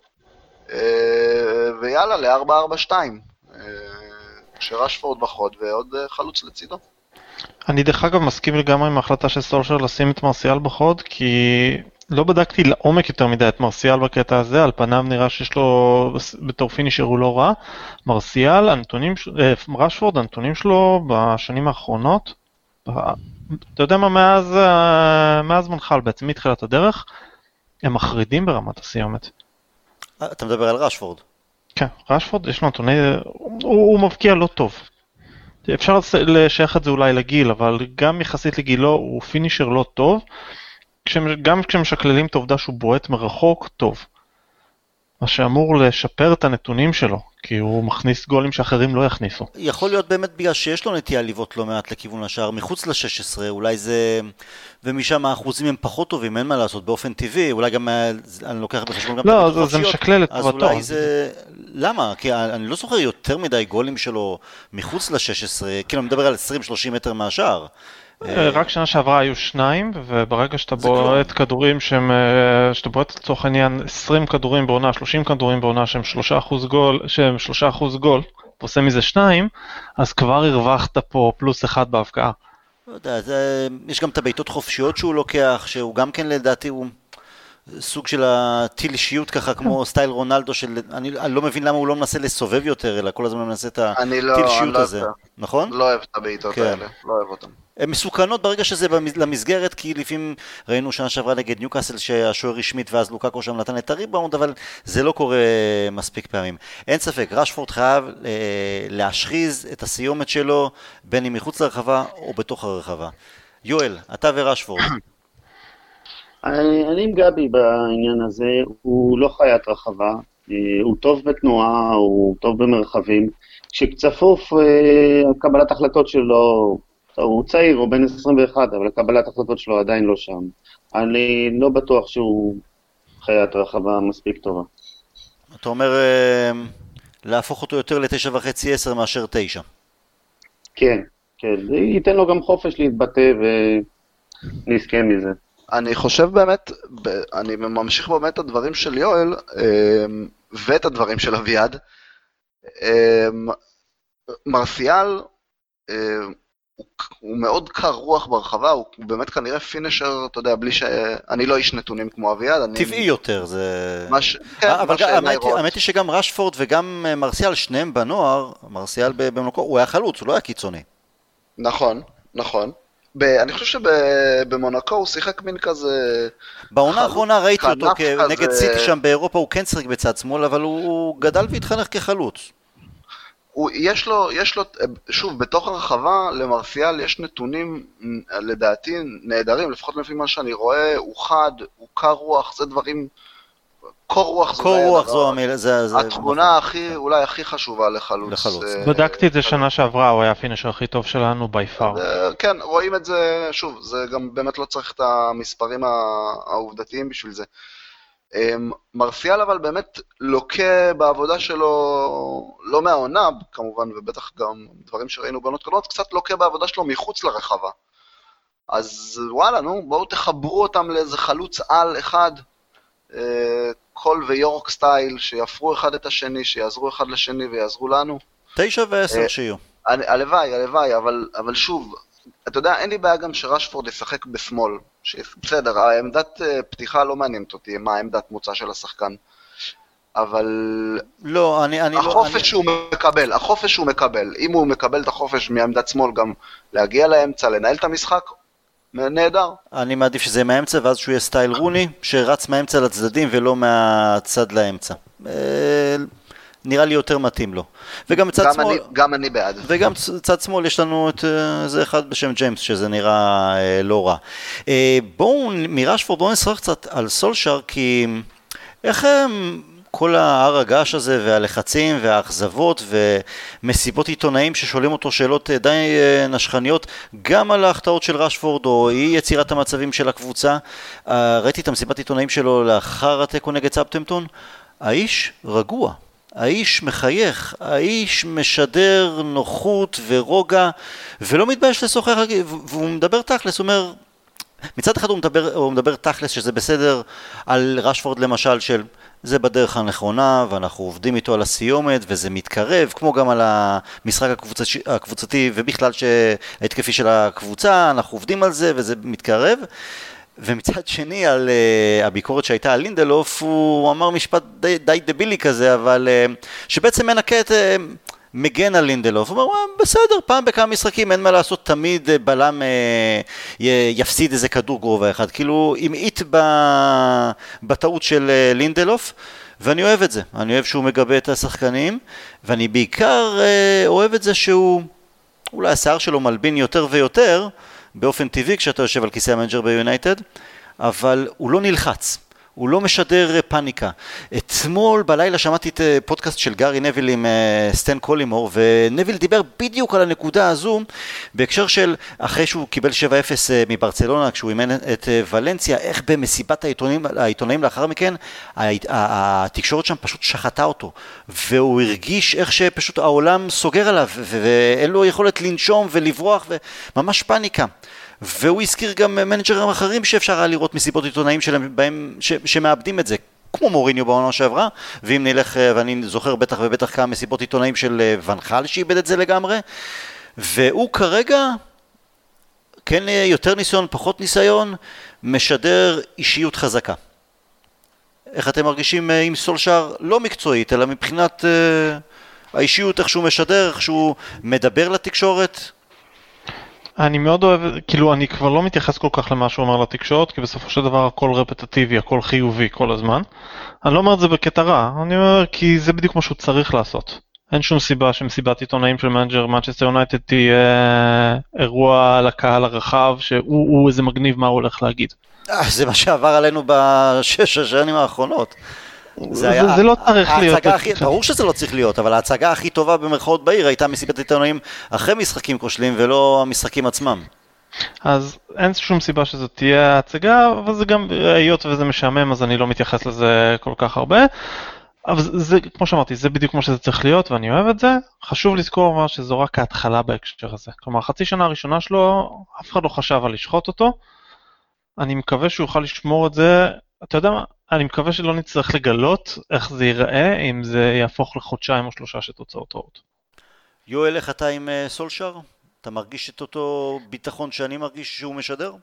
אה, ויאללה, ל-ארבע ארבע שתיים. שרשפורד בחוד ועוד חלוץ לצידו. אני דרך אגב מסכים לגמרי עם ההחלטה של סולשר לשים את מרסיאל בחוד, כי לא בדקתי לעומק יותר מדי את מרסיאל בקטע הזה, על פניו נראה שיש לו, בתור פינישר הוא לא רע. מרסיאל, הנתונים, רשפורד, הנתונים שלו בשנים האחרונות, אתה יודע מה, מאז, מאז מנחל בעצם, מתחילת הדרך, הם מחרידים ברמת הסיומת. אתה מדבר על רשפורד? כן, רשפורד יש לו נתוני, הוא, הוא מבקיע לא טוב. אפשר לשייך את זה אולי לגיל, אבל גם יחסית לגילו הוא פינישר לא טוב, גם כשמשקללים את העובדה שהוא בועט מרחוק טוב. מה שאמור לשפר את הנתונים שלו, כי הוא מכניס גולים שאחרים לא יכניסו. יכול להיות באמת בגלל שיש לו נטייה לבעוט לא מעט לכיוון השער, מחוץ ל-שש עשרה, אולי זה, ומשם האחוזים הם פחות טובים, אין מה לעשות, באופן טבעי, אולי גם, אני לוקח בחשבון גם... לא, זה, זה משקלל את אז טובתו. אולי זה... למה? כי אני לא זוכר יותר מדי גולים שלו מחוץ ל-שש עשרה, כאילו אני מדבר על עשרים שלושים מטר מהשער. רק שנה שעברה היו שניים, וברגע שאתה בועט כדורים שהם, שאתה בועט לצורך העניין עשרים כדורים בעונה, שלושים כדורים בעונה שהם שלושה אחוז גול, שהם שלושה אחוז גול, ועושה מזה שניים, אז כבר הרווחת פה פלוס אחד בהבקעה. לא יודע, זה, יש גם את הבעיטות חופשיות שהוא לוקח, שהוא גם כן לדעתי הוא סוג של הטיל אישיות ככה, כמו סטייל רונלדו של, אני, אני לא מבין למה הוא לא מנסה לסובב יותר, אלא כל הזמן מנסה את הטיל אישיות הזה, נכון? לא אוהב את הבעיטות האלה, לא אוהב אותם. הן מסוכנות ברגע שזה למסגרת, כי לפעמים ראינו שנה שעברה נגד ניוקאסל שהשוער רשמית ואז לוקאקו שם נתן את הריבאונד, אבל זה לא קורה מספיק פעמים. אין ספק, רשפורד חייב אה, להשחיז את הסיומת שלו, בין אם מחוץ לרחבה או בתוך הרחבה. יואל, אתה ורשפורד. אני, אני עם גבי בעניין הזה, הוא לא חיית רחבה, הוא טוב בתנועה, הוא טוב במרחבים, כשצפוף קבלת החלטות שלו, הוא צעיר, הוא בן עשרים ואחת, אבל קבלת החלטות שלו עדיין לא שם. אני לא בטוח שהוא חיית רחבה מספיק טובה. אתה אומר להפוך אותו יותר לתשע וחצי עשר מאשר תשע. כן, כן, זה ייתן לו גם חופש להתבטא ונזכה מזה. אני חושב באמת, אני ממשיך באמת את הדברים של יואל, ואת הדברים של אביעד. מרסיאל, הוא, הוא מאוד קר רוח ברחבה, הוא באמת כנראה פינישר, אתה יודע, בלי ש... אני לא איש נתונים כמו אביעד. אני... טבעי יותר, זה... מש... כן, אבל מה האמת היא שגם רשפורד וגם מרסיאל, שניהם בנוער, מרסיאל במונקו, הוא היה חלוץ, הוא לא היה קיצוני. נכון, נכון. ב... אני חושב שבמונקו הוא שיחק מין כזה... בעונה האחרונה ראיתי אותו כזה... נגד סיטי שם באירופה, הוא כן שיחק בצד שמאל, אבל הוא גדל והתחנך כחלוץ. הוא, יש לו, יש לו, שוב, בתוך הרחבה למרסיאל יש נתונים, לדעתי, נהדרים, לפחות לפי מה שאני רואה, הוא חד, הוא קר רוח, זה דברים, קור רוח קור רוח זו המילה, זה... זה התכונה הכי, אולי הכי חשובה לחלוץ. לחלוץ. בדקתי את זה שנה שעברה, הוא היה הפינישר הכי טוב שלנו by far. כן, רואים את זה, שוב, זה גם באמת לא צריך את המספרים העובדתיים בשביל זה. מרסיאל אבל באמת לוקה בעבודה שלו, לא מהעונה כמובן, ובטח גם דברים שראינו בעונות קודמות, קצת לוקה בעבודה שלו מחוץ לרחבה. אז וואלה, נו, בואו תחברו אותם לאיזה חלוץ על אחד, קול ויורק סטייל, שיפרו אחד את השני, שיעזרו אחד לשני ויעזרו לנו. תשע ועשר שיהיו. הלוואי, הלוואי, אבל, אבל שוב, אתה יודע, אין לי בעיה גם שרשפורד ישחק בשמאל. בסדר, העמדת פתיחה לא מעניינת אותי, מה העמדת מוצא של השחקן. אבל... לא, אני... אני החופש לא, שהוא אני... מקבל, החופש שהוא מקבל. אם הוא מקבל את החופש מעמדת שמאל גם להגיע לאמצע, לנהל את המשחק, נהדר. אני מעדיף שזה יהיה מהאמצע, ואז שהוא יהיה סטייל רוני, שרץ מהאמצע לצדדים ולא מהצד לאמצע. נראה לי יותר מתאים לו. וגם צד גם שמאל... אני, גם אני בעד. וגם צד שמאל יש לנו את זה אחד בשם ג'יימס, שזה נראה אה, לא רע. אה, בואו, מרשפורד, בואו נשחק קצת על סולשר, כי איך הם... כל ההר הגעש הזה והלחצים והאכזבות ומסיבות עיתונאים ששואלים אותו שאלות די נשכניות גם על ההחטאות של רשפורד או אי יצירת המצבים של הקבוצה. ראיתי את המסיבת עיתונאים שלו לאחר התיקו נגד סאות'המפטון. האיש רגוע, האיש מחייך, האיש משדר נוחות ורוגע ולא מתבייש לשוחח, והוא מדבר תכלס, הוא אומר, מצד אחד הוא מדבר, הוא מדבר תכלס שזה בסדר על רשפורד למשל של זה בדרך הנכונה ואנחנו עובדים איתו על הסיומת וזה מתקרב, כמו גם על המשחק הקבוצתי, הקבוצתי ובכלל שההתקפי של הקבוצה, אנחנו עובדים על זה וזה מתקרב. ומצד שני על uh, הביקורת שהייתה על לינדלוף, הוא אמר משפט די, די דבילי כזה, אבל uh, שבעצם מנקה את... Uh, מגן על לינדלוף, הוא אומר, בסדר, פעם בכמה משחקים אין מה לעשות, תמיד בלם אה, יפסיד איזה כדור גרובה אחד, כאילו המעיט בטעות של אה, לינדלוף, ואני אוהב את זה, אני אוהב שהוא מגבה את השחקנים, ואני בעיקר אה, אוהב את זה שהוא, אולי השיער שלו מלבין יותר ויותר, באופן טבעי כשאתה יושב על כיסא המנג'ר ביונייטד, אבל הוא לא נלחץ. הוא לא משדר פאניקה. אתמול בלילה שמעתי את פודקאסט של גארי נביל עם סטן קולימור, ונביל דיבר בדיוק על הנקודה הזו, בהקשר של אחרי שהוא קיבל שבע אפס מברצלונה, כשהוא אימן את ולנסיה, איך במסיבת העיתונאים, העיתונאים לאחר מכן, התקשורת שם פשוט שחטה אותו, והוא הרגיש איך שפשוט העולם סוגר עליו, ואין לו יכולת לנשום ולברוח, וממש פאניקה. והוא הזכיר גם מנג'רים אחרים שאפשר היה לראות מסיבות עיתונאים שלהם בהם, ש, שמאבדים את זה, כמו מוריניו בעונה שעברה, ואם נלך, ואני זוכר בטח ובטח כמה מסיבות עיתונאים של ונחל שאיבד את זה לגמרי, והוא כרגע, כן יותר ניסיון, פחות ניסיון, משדר אישיות חזקה. איך אתם מרגישים עם סולשר לא מקצועית, אלא מבחינת uh, האישיות, איך שהוא משדר, איך שהוא מדבר לתקשורת? אני מאוד אוהב, כאילו אני כבר לא מתייחס כל כך למה שהוא אומר לתקשורת, כי בסופו של דבר הכל רפטטיבי, הכל חיובי כל הזמן. אני לא אומר את זה בקטע רע, אני אומר כי זה בדיוק מה שהוא צריך לעשות. אין שום סיבה שמסיבת עיתונאים של מנג'ר מנצ'סטר יונייטד תהיה אירוע לקהל הרחב, שהוא איזה מגניב מה הוא הולך להגיד. זה מה שעבר עלינו בשש השנים האחרונות. זה, היה, זה לא צריך להיות. הכי, ברור שזה לא צריך להיות, אבל ההצגה הכי טובה במרכאות בעיר הייתה מסיבת עיתונאים אחרי משחקים כושלים ולא המשחקים עצמם. אז אין שום סיבה שזאת תהיה הצגה, אבל זה גם, היות וזה משעמם, אז אני לא מתייחס לזה כל כך הרבה. אבל זה, כמו שאמרתי, זה בדיוק כמו שזה צריך להיות, ואני אוהב את זה. חשוב לזכור מה שזו רק ההתחלה בהקשר הזה. כלומר, חצי שנה הראשונה שלו, אף אחד לא חשב על לשחוט אותו. אני מקווה שהוא יוכל לשמור את זה, אתה יודע מה? אני מקווה שלא נצטרך לגלות איך זה ייראה, אם זה יהפוך לחודשיים או שלושה שתוצאות רעות. יואל, איך אתה עם סולשר? אתה מרגיש את אותו ביטחון שאני מרגיש שהוא משדר?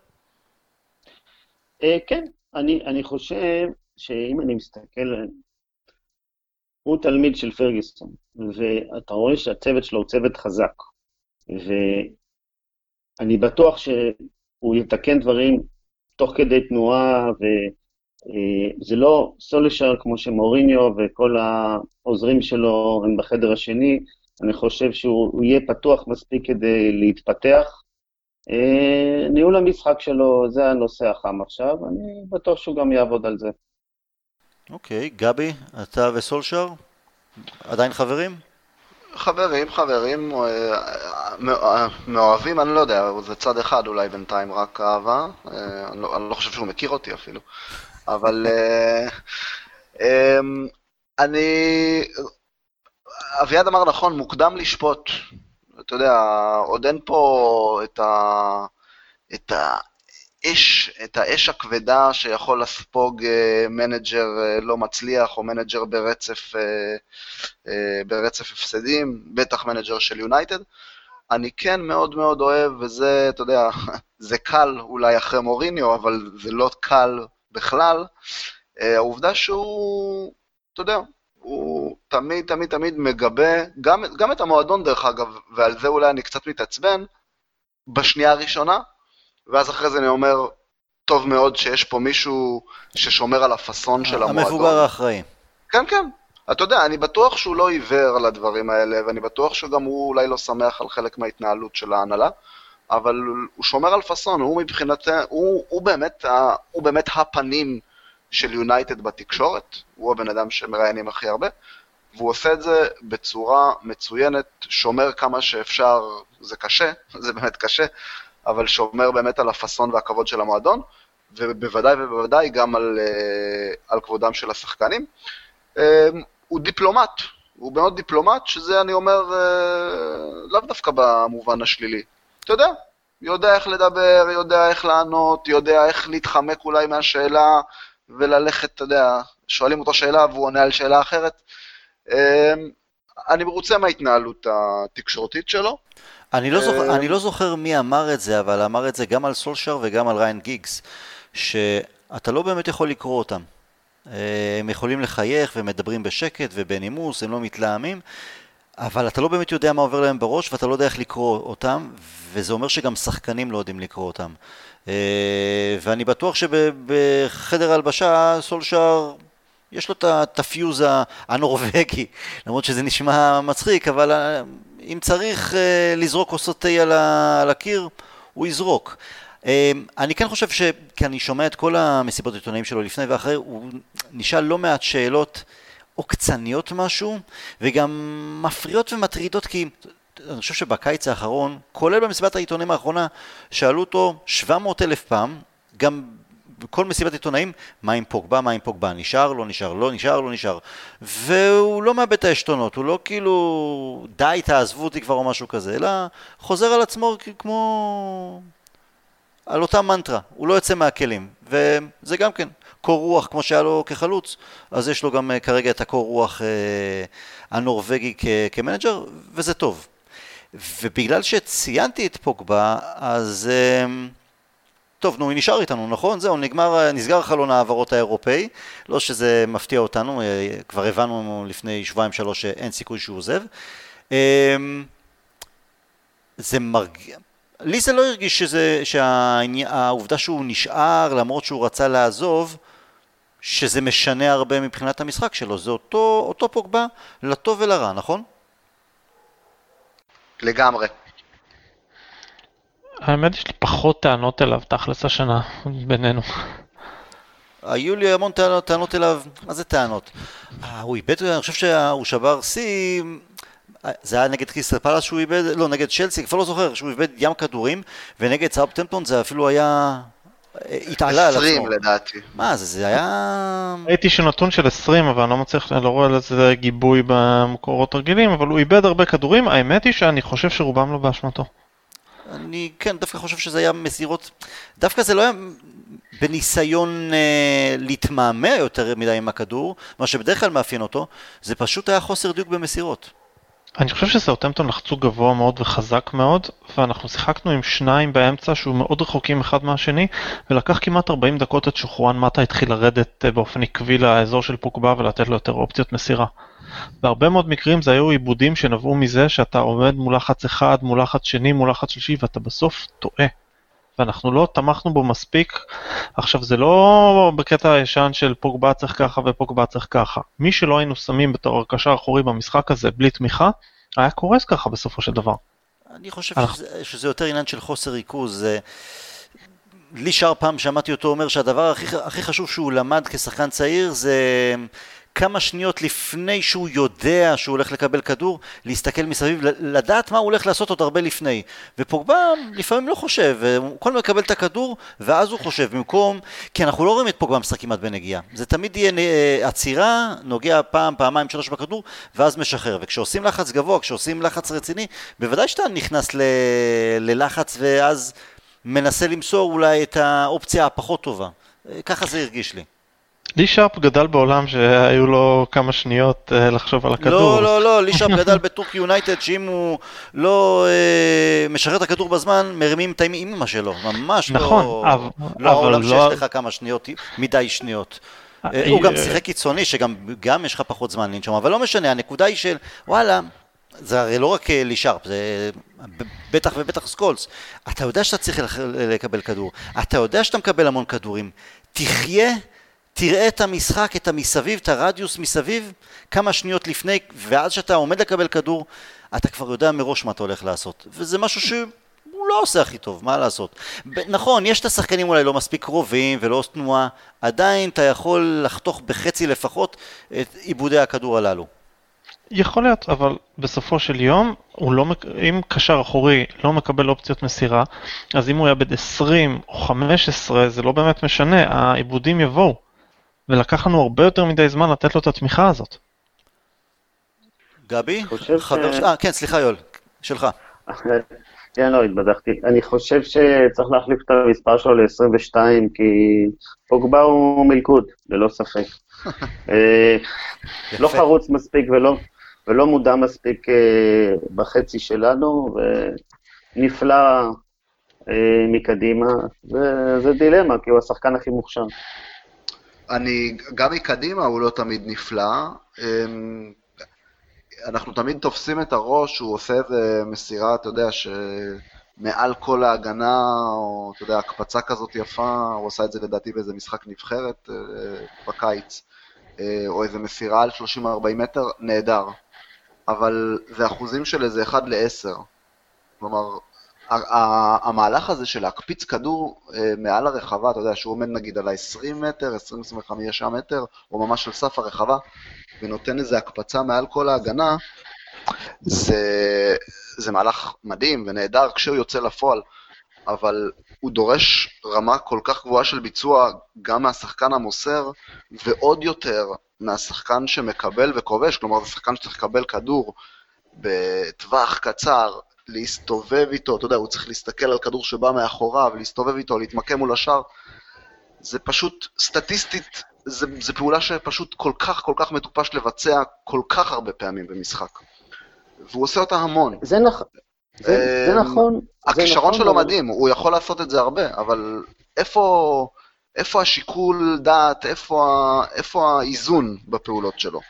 כן, אני, אני חושב שאם אני מסתכל, הוא תלמיד של פרגוסון, ואתה רואה שהצוות שלו הוא צוות חזק, ואני בטוח שהוא יתקן דברים תוך כדי תנועה, וזה לא סולשר כמו שמוריניו וכל העוזרים שלו הם בחדר השני, אני חושב שהוא יהיה פתוח מספיק כדי להתפתח. ניהול המשחק שלו, זה הנושא החם עכשיו, אני בטוח שהוא גם יעבוד על זה. אוקיי, גבי, אתה וסולשר? עדיין חברים? חברים, חברים, מאוהבים, אני לא יודע, זה צד אחד אולי בינתיים רק אהבה, אני לא, אני לא חושב שהוא מכיר אותי אפילו, אבל אני, אביעד אמר נכון, מוקדם לשפוט, אתה יודע, עוד אין פה את ה... את האש, את האש הכבדה שיכול לספוג מנג'ר לא מצליח, או מנג'ר ברצף, ברצף הפסדים, בטח מנג'ר של יונייטד. אני כן מאוד מאוד אוהב, וזה, אתה יודע, זה קל אולי אחרי מוריניו, אבל זה לא קל בכלל. העובדה שהוא, אתה יודע, הוא תמיד, תמיד, תמיד מגבה, גם, גם את המועדון דרך אגב, ועל זה אולי אני קצת מתעצבן, בשנייה הראשונה, ואז אחרי זה אני אומר, טוב מאוד שיש פה מישהו ששומר על הפסון של המועדון. המבוגר האחראי. כן, כן. אתה יודע, אני בטוח שהוא לא עיוור לדברים האלה, ואני בטוח שגם הוא אולי לא שמח על חלק מההתנהלות של ההנהלה, אבל הוא שומר על פסון, הוא מבחינת, הוא, הוא באמת, הוא באמת הפנים של יונייטד בתקשורת, הוא הבן אדם שמראיינים הכי הרבה, והוא עושה את זה בצורה מצוינת, שומר כמה שאפשר, זה קשה, זה באמת קשה, אבל שומר באמת על הפסון והכבוד של המועדון, ובוודאי ובוודאי גם על, על כבודם של השחקנים. הוא דיפלומט, הוא מאוד דיפלומט, שזה אני אומר לאו דווקא במובן השלילי. אתה יודע, יודע איך לדבר, יודע איך לענות, יודע איך להתחמק אולי מהשאלה, וללכת, אתה יודע, שואלים אותו שאלה והוא עונה על שאלה אחרת. אני מרוצה מההתנהלות התקשורתית שלו. אני לא, זוכר, אני לא זוכר מי אמר את זה, אבל אמר את זה גם על סולשר וגם על ריין גיגס, שאתה לא באמת יכול לקרוא אותם. הם יכולים לחייך ומדברים בשקט ובנימוס, הם לא מתלהמים, אבל אתה לא באמת יודע מה עובר להם בראש, ואתה לא יודע איך לקרוא אותם, וזה אומר שגם שחקנים לא יודעים לקרוא אותם. ואני בטוח שבחדר הלבשה סולשר יש לו את הפיוז הנורווגי, למרות שזה נשמע מצחיק, אבל אם צריך לזרוק כוסות תה על הקיר, הוא יזרוק. אני כן חושב ש... כי אני שומע את כל המסיבות העיתונאים שלו לפני ואחרי, הוא נשאל לא מעט שאלות עוקצניות משהו, וגם מפריעות ומטרידות, כי אני חושב שבקיץ האחרון, כולל במסיבת העיתונאים האחרונה, שאלו אותו שבע מאות אלף פעם, גם בכל מסיבת עיתונאים, מה עם פוגבה, מה עם פוגבה, נשאר, לא נשאר, לא נשאר, לא נשאר. והוא לא מאבד את העשתונות, הוא לא כאילו די תעזבו אותי כבר או משהו כזה, אלא חוזר על עצמו כמו... על אותה מנטרה, הוא לא יוצא מהכלים, וזה גם כן קור רוח כמו שהיה לו כחלוץ, אז יש לו גם כרגע את הקור רוח אה, הנורווגי כ- כמנג'ר, וזה טוב. ובגלל שציינתי את פוגבה, אז... אה, טוב, נו, הוא נשאר איתנו, נכון? זהו, נגמר, נסגר חלון העברות האירופאי, לא שזה מפתיע אותנו, כבר הבנו לפני שבועיים שלוש שאין סיכוי שהוא עוזב. זה מרגיע, לי זה לא הרגיש שזה, שהעובדה שהוא נשאר, למרות שהוא רצה לעזוב, שזה משנה הרבה מבחינת המשחק שלו, זה אותו, אותו פוגבה לטוב ולרע, נכון? לגמרי. האמת יש לי פחות טענות אליו תכלס השנה בינינו. היו לי המון טענות, טענות אליו, מה זה טענות? הוא איבד, אני חושב שהוא שבר סי, זה היה נגד קריסטל פלאס שהוא איבד, לא, נגד צ'לסי, כבר לא זוכר, שהוא איבד ים כדורים, ונגד סאות'המפטון זה אפילו היה, התעלה על עצמו. עשרים לדעתי. מה זה, זה היה... ראיתי שנתון של עשרים, אבל אני לא מצליח, לא רואה לזה גיבוי במקורות רגילים, אבל הוא איבד הרבה כדורים, האמת היא שאני חושב שרובם לא באשמתו. אני כן, דווקא חושב שזה היה מסירות, דווקא זה לא היה בניסיון אה, להתמהמה יותר מדי עם הכדור, מה שבדרך כלל מאפיין אותו, זה פשוט היה חוסר דיוק במסירות. אני חושב שסאות'המפטון לחצו גבוה מאוד וחזק מאוד, ואנחנו שיחקנו עם שניים באמצע שהוא מאוד רחוקים אחד מהשני, ולקח כמעט ארבעים דקות עד שחואן מטה התחיל לרדת באופן עקבי לאזור של פוגבה ולתת לו יותר אופציות מסירה. בהרבה מאוד מקרים זה היו עיבודים שנבעו מזה שאתה עומד מול לחץ אחד, מול לחץ שני, מול לחץ שלישי, ואתה בסוף טועה. ואנחנו לא תמכנו בו מספיק. עכשיו זה לא בקטע הישן של פוגבה צריך ככה ופוגבה צריך ככה. מי שלא היינו שמים בתור הקשר האחורי במשחק הזה בלי תמיכה, היה קורס ככה בסופו של דבר. אני חושב שזה, שזה יותר עניין של חוסר ריכוז. לי שר פעם שמעתי אותו אומר שהדבר הכי, הכי חשוב שהוא למד כשחקן צעיר זה כמה שניות לפני שהוא יודע שהוא הולך לקבל כדור, להסתכל מסביב, לדעת מה הוא הולך לעשות עוד הרבה לפני. ופוגבה לפעמים לא חושב, הוא כל מקבל את הכדור, ואז הוא חושב, במקום, כי אנחנו לא רואים את פוגבה משחק כמעט בנגיעה. זה תמיד יהיה עצירה, נוגע פעם, פעמיים, שלוש בכדור, ואז משחרר. וכשעושים לחץ גבוה, כשעושים לחץ רציני, בוודאי שאתה נכנס ל... ללחץ, ואז מנסה למסור אולי את האופציה הפחות טובה. ככה זה הרגיש לי. לי שרפ גדל בעולם שהיו לו כמה שניות uh, לחשוב על הכדור. לא, לא, לא, לי שרפ גדל בטורקי יונייטד, שאם הוא לא uh, משחרר את הכדור בזמן, מרימים את האמא שלו, ממש נכון, לא, אבל, לא אבל העולם לא... שיש לך כמה שניות, מדי שניות. הוא גם שיחק קיצוני, שגם גם יש לך פחות זמן לנשום, אבל לא משנה, הנקודה היא של, וואלה, זה הרי לא רק לי שרפ, זה בטח ובטח סקולס, אתה יודע שאתה צריך לקבל כדור, אתה יודע שאתה מקבל המון כדורים, תחיה, תראה את המשחק, את המסביב, את הרדיוס מסביב, כמה שניות לפני, ואז שאתה עומד לקבל כדור, אתה כבר יודע מראש מה אתה הולך לעשות. וזה משהו שהוא לא עושה הכי טוב, מה לעשות. נכון, יש את השחקנים אולי לא מספיק קרובים ולא תנועה, עדיין אתה יכול לחתוך בחצי לפחות את עיבודי הכדור הללו. יכול להיות, אבל בסופו של יום, הוא לא, אם קשר אחורי לא מקבל אופציות מסירה, אז אם הוא יאבד עשרים או חמש עשרה, זה לא באמת משנה, העיבודים יבואו. ולקח לנו הרבה יותר מדי זמן לתת לו את התמיכה הזאת. גבי? חבר... ש... אה, כן, סליחה יול, שלך. כן, לא, התבדחתי. אני חושב שצריך להחליף את המספר שלו ל-עשרים ושתיים, כי פוגבה הוא מלכוד, ללא ספק. לא חרוץ מספיק ולא, ולא מודע מספיק בחצי שלנו, ונפלא מקדימה, וזה דילמה, כי הוא השחקן הכי מוכשר. אני, גם מקדימה הוא לא תמיד נפלא, אנחנו תמיד תופסים את הראש, הוא עושה איזה מסירה, אתה יודע, שמעל כל ההגנה, או אתה יודע, הקפצה כזאת יפה, הוא עושה את זה לדעתי באיזה משחק נבחרת בקיץ, או איזה מסירה על שלושים ארבעים מטר, נהדר, אבל זה אחוזים של איזה אחד לעשר, כלומר, המהלך הזה של להקפיץ כדור מעל הרחבה, אתה יודע, שהוא עומד נגיד על ה-עשרים מטר, עשרים עד עשרים וחמישה מטר, או ממש על סף הרחבה, ונותן איזה הקפצה מעל כל ההגנה, זה, זה מהלך מדהים ונהדר כשהוא יוצא לפועל, אבל הוא דורש רמה כל כך גבוהה של ביצוע גם מהשחקן המוסר, ועוד יותר מהשחקן שמקבל וכובש, כלומר זה שחקן שצריך לקבל כדור בטווח קצר, להסתובב איתו, אתה יודע, הוא צריך להסתכל על כדור שבא מאחוריו, להסתובב איתו, להתמקם מול השאר, זה פשוט סטטיסטית, זה, זה פעולה שפשוט כל כך כל כך מטופש לבצע כל כך הרבה פעמים במשחק. והוא עושה אותה המון. זה, נכ... זה, זה נכון. הכישרון נכון, שלו אבל... מדהים, הוא יכול לעשות את זה הרבה, אבל איפה, איפה השיקול דעת, איפה, איפה האיזון בפעולות שלו?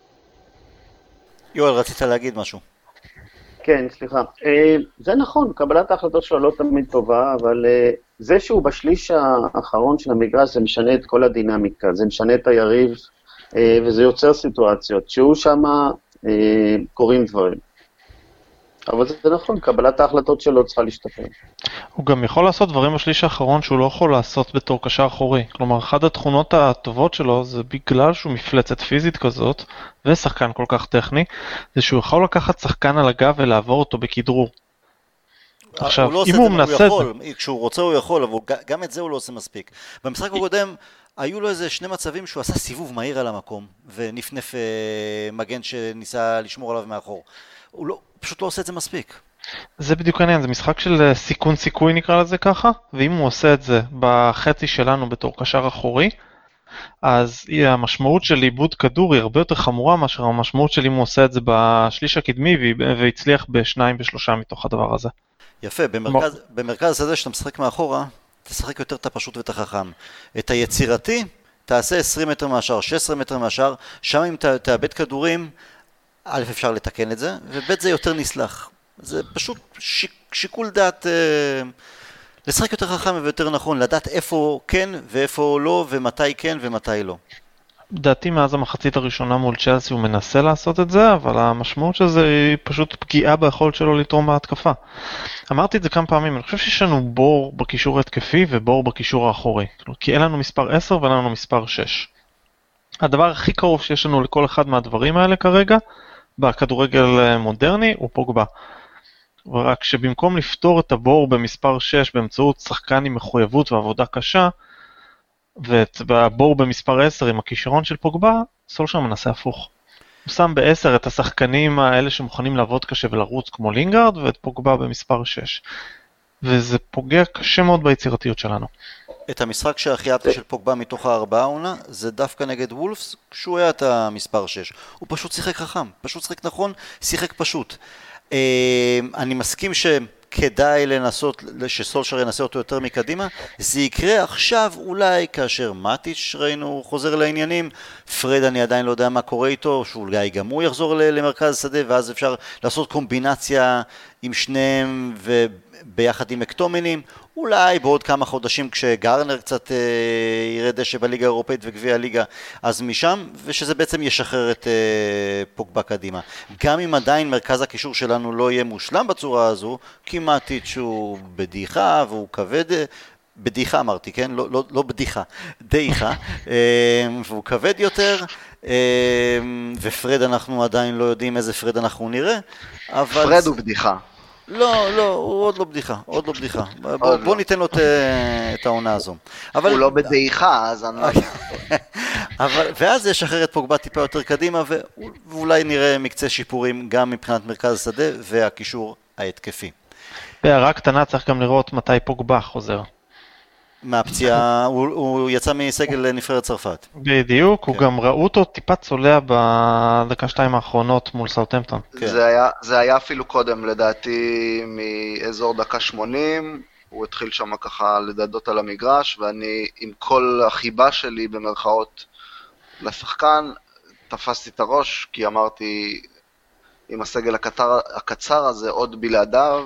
יואל, רצית להגיד משהו? כן, סליחה. זה נכון, קבלת ההחלטות שלו לא תמיד טובה, אבל זה שהוא בשליש האחרון של המגרש, זה משנה את כל הדינמיקה, זה משנה את היריב, וזה יוצר סיטואציות, שהוא שם קוראים דברים. אבל זה נכון, קבלת ההחלטות שלו צריכה להשתפר. הוא גם יכול לעשות דברים בשליש האחרון שהוא לא יכול לעשות בתור קשר אחורי. כלומר, אחת התכונות הטובות שלו זה בגלל שהוא מפלצת פיזית כזאת, ושחקן כל כך טכני, זה שהוא יכול לקחת שחקן על הגב ולעבור אותו בכדרור. עכשיו, לא אם הוא מנסה את זה... כשהוא רוצה הוא יכול, אבל גם את זה הוא לא עושה מספיק. במשחק הקודם, היו לו איזה שני מצבים שהוא עשה סיבוב מהיר על המקום, ונפנף מגן שניסה לשמור עליו מאחור. הוא לא, פשוט לא עושה את זה מספיק. זה בדיוק העניין, זה משחק של סיכון סיכוי נקרא לזה ככה, ואם הוא עושה את זה בחצי שלנו בתור קשר אחורי, אז המשמעות של איבוד כדור היא הרבה יותר חמורה מאשר המשמעות של אם הוא עושה את זה בשליש הקדמי והצליח בשניים בשלושה מתוך הדבר הזה. יפה, במרכז, במרכז הזה שאתה משחק מאחורה, תשחק יותר את הפשוט ואת החכם. את היצירתי, תעשה עשרים מטר מהשאר, שש עשרה מטר מהשאר, שם אם תאבד כדורים, א' אפשר לתקן את זה, וב' זה יותר נסלח. זה פשוט שיק, שיקול דעת, אה, לשחק יותר חכם ויותר נכון, לדעת איפה כן ואיפה לא, ומתי כן ומתי לא. דעתי מאז המחצית הראשונה מול צ'לסי הוא מנסה לעשות את זה, אבל המשמעות של זה היא פשוט פגיעה ביכולת שלו לתרום בהתקפה. אמרתי את זה כמה פעמים, אני חושב שיש לנו בור בקישור ההתקפי ובור בקישור האחורי, כי אין לנו מספר עשר ואין לנו מספר שש. הדבר הכי קרוב שיש לנו לכל אחד מהדברים האלה כרגע, בכדורגל מודרני, הוא פוגבה. ורק שבמקום לפתור את הבור במספר שש באמצעות שחקן עם מחויבות ועבודה קשה, והבור במספר עשר עם הכישרון של פוגבה, סולשר מנסה הפוך. הוא שם ב-עשר את השחקנים האלה שמוכנים לעבוד קשה ולרוץ כמו לינגארד, ואת פוגבה במספר שש. וזה פוגע קשה מאוד ביצירתיות שלנו. את המשחק שהכי אהבתי של פוגבה מתוך הארבעה עונה, זה דווקא נגד וולפס, כשהוא היה את המספר שש. הוא פשוט שיחק חכם, פשוט שיחק נכון, שיחק פשוט. אני מסכים שכדאי לנסות, שסולשר ינסה אותו יותר מקדימה, זה יקרה עכשיו אולי כאשר מטיץ' ראינו חוזר לעניינים, פרד אני עדיין לא יודע מה קורה איתו, שאולי גם הוא יחזור למרכז שדה, ואז אפשר לעשות קומבינציה עם שניהם וביחד עם מקטומנים, אולי בעוד כמה חודשים כשגרנר קצת אה, ירד דשא בליגה האירופאית וגביע הליגה, אז משם, ושזה בעצם ישחרר את אה, פוגבה קדימה. גם אם עדיין מרכז הקישור שלנו לא יהיה מושלם בצורה הזו, כי מטיץ' הוא בדיחה והוא כבד, בדיחה אמרתי, כן? לא, לא, לא בדיחה, דעיכה, אה, והוא כבד יותר, אה, ופרד אנחנו עדיין לא יודעים איזה פרד אנחנו נראה, אבל... פרד הוא בדיחה. לא, לא, הוא עוד לא בדיחה, עוד לא בדיחה. בוא, בוא ניתן לו את העונה הזו. אבל... הוא לא בדעיכה, אז אני לא יודע. אבל, ואז ישחרר את פוגבה טיפה יותר קדימה, ואולי נראה מקצה שיפורים גם מבחינת מרכז השדה והקישור ההתקפי. בהערה קטנה צריך גם לראות מתי פוגבה חוזר. מהפציעה, הוא, הוא יצא מסגל נבחרת צרפת. בדיוק, כן. הוא גם ראו אותו טיפה צולע בדקה שתיים האחרונות מול סאות'המפטון. כן. זה, היה, זה היה אפילו קודם, לדעתי, מאזור דקה שמונים, הוא התחיל שם ככה לדדות על המגרש, ואני עם כל החיבה שלי במרכאות לשחקן, תפסתי את הראש, כי אמרתי, עם הסגל הקצר, הקצר הזה עוד בלעדיו,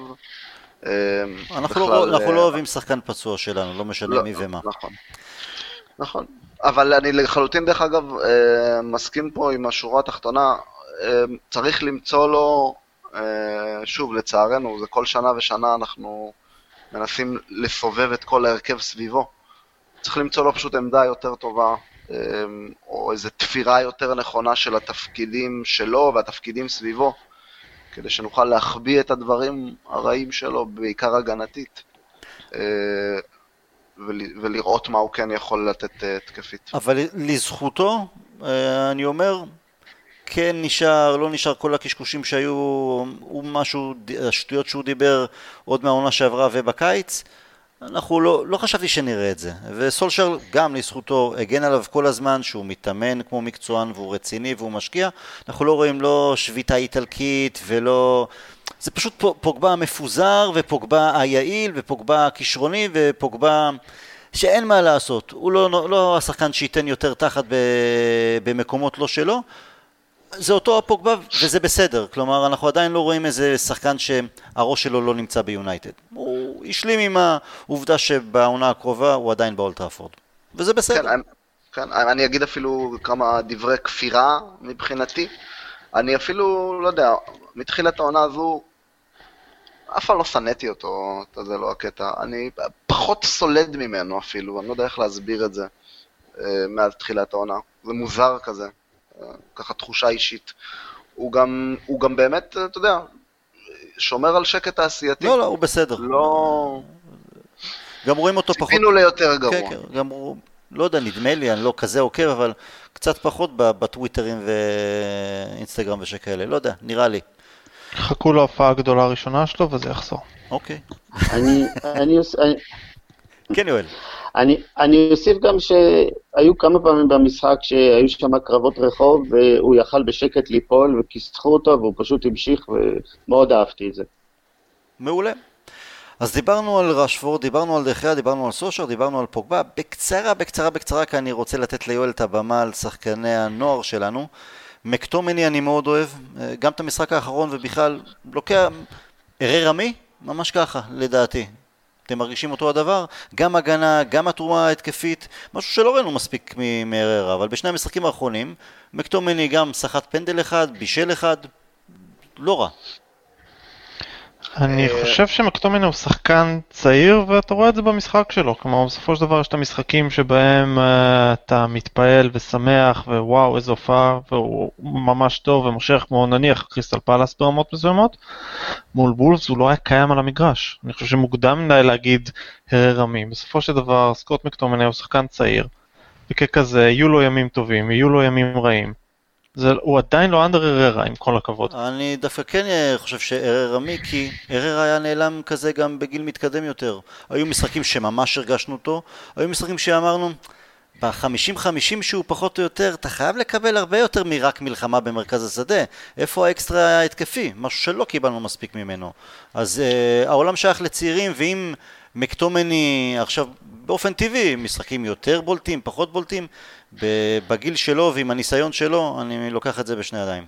אנחנו לא, אנחנו לא אוהבים שחקן פצוע שלנו, לא משנה מי ומה. נכון, נכון. אבל אני לחלוטין דרך אגב מסכים פה עם השורה התחתונה, צריך למצוא לו, שוב לצערנו, זה כל שנה ושנה אנחנו מנסים לסובב את כל ההרכב סביבו, צריך למצוא לו פשוט עמדה יותר טובה, או איזו תפירה יותר נכונה של התפקידים שלו והתפקידים סביבו, כדי שנוכל להחביא את הדברים הרעים שלו, בעיקר הגנתית, ולראות מה הוא כן יכול לתת תקפית. אבל לזכותו, אני אומר, כן נשאר, לא נשאר כל הקשקושים שהיו, הוא משהו, השטויות שהוא דיבר עוד מהעונה שעברה ובקיץ, אנחנו לא, לא חשבתי שנראה את זה, וסולשר גם לזכותו הגן עליו כל הזמן שהוא מתאמן כמו מקצוען והוא רציני והוא משקיע, אנחנו לא רואים לא שביתה איטלקית ולא, זה פשוט פוגבה מפוזר ופוגבה היעיל ופוגבה כישרוני ופוגבה שאין מה לעשות, הוא לא, לא השחקן שייתן יותר תחת במקומות לא שלו, זה אותו הפוגבה וזה בסדר, כלומר אנחנו עדיין לא רואים איזה שחקן שהראש שלו לא נמצא ביונייטד, הוא השלים עם העובדה שבעונה הקרובה הוא עדיין באולד טראפורד, וזה בסדר. כן, כן, אני אגיד אפילו כמה דברי כפירה מבחינתי, אני אפילו, לא יודע, מתחילת העונה הזו, אף פעם לא שנאתי אותו, זה לא הקטע, אני פחות סולד ממנו אפילו, אני לא יודע איך להסביר את זה, מאז תחילת העונה, זה מוזר כזה. ככה תחושה אישית. הוא גם, הוא גם באמת, אתה יודע, שומר על שקט תעשייתי. לא, לא, הוא בסדר. לא... גם רואים אותו פחות... ציפינו ליותר גרוע. כן, כן, גם הוא, לא יודע, נדמה לי, אני לא כזה עוקב, אבל קצת פחות בטוויטרים ואינסטגרם ושכאלה, לא יודע, נראה לי. חכו להופעה הגדולה הראשונה שלו וזה יחזור. אוקיי. אני, אני, כן, יואל. אני, אני אוסיף גם שהיו כמה פעמים במשחק שהיו שם קרבות רחוב, והוא יכל בשקט ליפול וכיסחו אותו, והוא פשוט המשיך, ומאוד אהבתי את זה. מעולה. אז דיברנו על רשפורד, דיברנו על דחיה, דיברנו על סושר, דיברנו על פוגבה. בקצרה, בקצרה, בקצרה, כי אני רוצה לתת ליואל את הבמה על שחקני הנוער שלנו. מקטומני אני מאוד אוהב, גם את המשחק האחרון ובכלל, לוקח ערי רמי, ממש ככה, לדעתי. אתם מרגישים אותו הדבר? גם הגנה, גם התרומה ההתקפית, משהו שלא ראינו מספיק מעררה, אבל בשני המשחקים האחרונים, מקטומני גם שחט פנדל אחד, בישל אחד, לא רע. אני חושב שמקטומני הוא שחקן צעיר, ואתה רואה את זה במשחק שלו. כלומר, בסופו של דבר יש את המשחקים שבהם uh, אתה מתפעל ושמח, ווואו, איזו הופעה, והוא ממש טוב ומושך, כמו נניח קריסטל פלאס ברמות מסוימות. מול וולפס הוא לא היה קיים על המגרש. אני חושב שמוקדם מדי להגיד הררי רמים. בסופו של דבר, סקוט מקטומני הוא שחקן צעיר, וככזה, יהיו לו ימים טובים, יהיו לו ימים רעים. זה, הוא עדיין לא אנדר הררה, עם כל הכבוד. אני דווקא כן חושב שהררה רמי, כי הררה היה נעלם כזה גם בגיל מתקדם יותר. היו משחקים שממש הרגשנו אותו, היו משחקים שאמרנו, ב-חמישים חמישים שהוא פחות או יותר, אתה חייב לקבל הרבה יותר מרק מלחמה במרכז השדה. איפה האקסטרה ההתקפי? משהו שלא קיבלנו מספיק ממנו. אז uh, העולם שייך לצעירים, ואם מקטומני עכשיו באופן טבעי, משחקים יותר בולטים, פחות בולטים, בגיל שלו ועם הניסיון שלו, אני לוקח את זה בשני ידיים.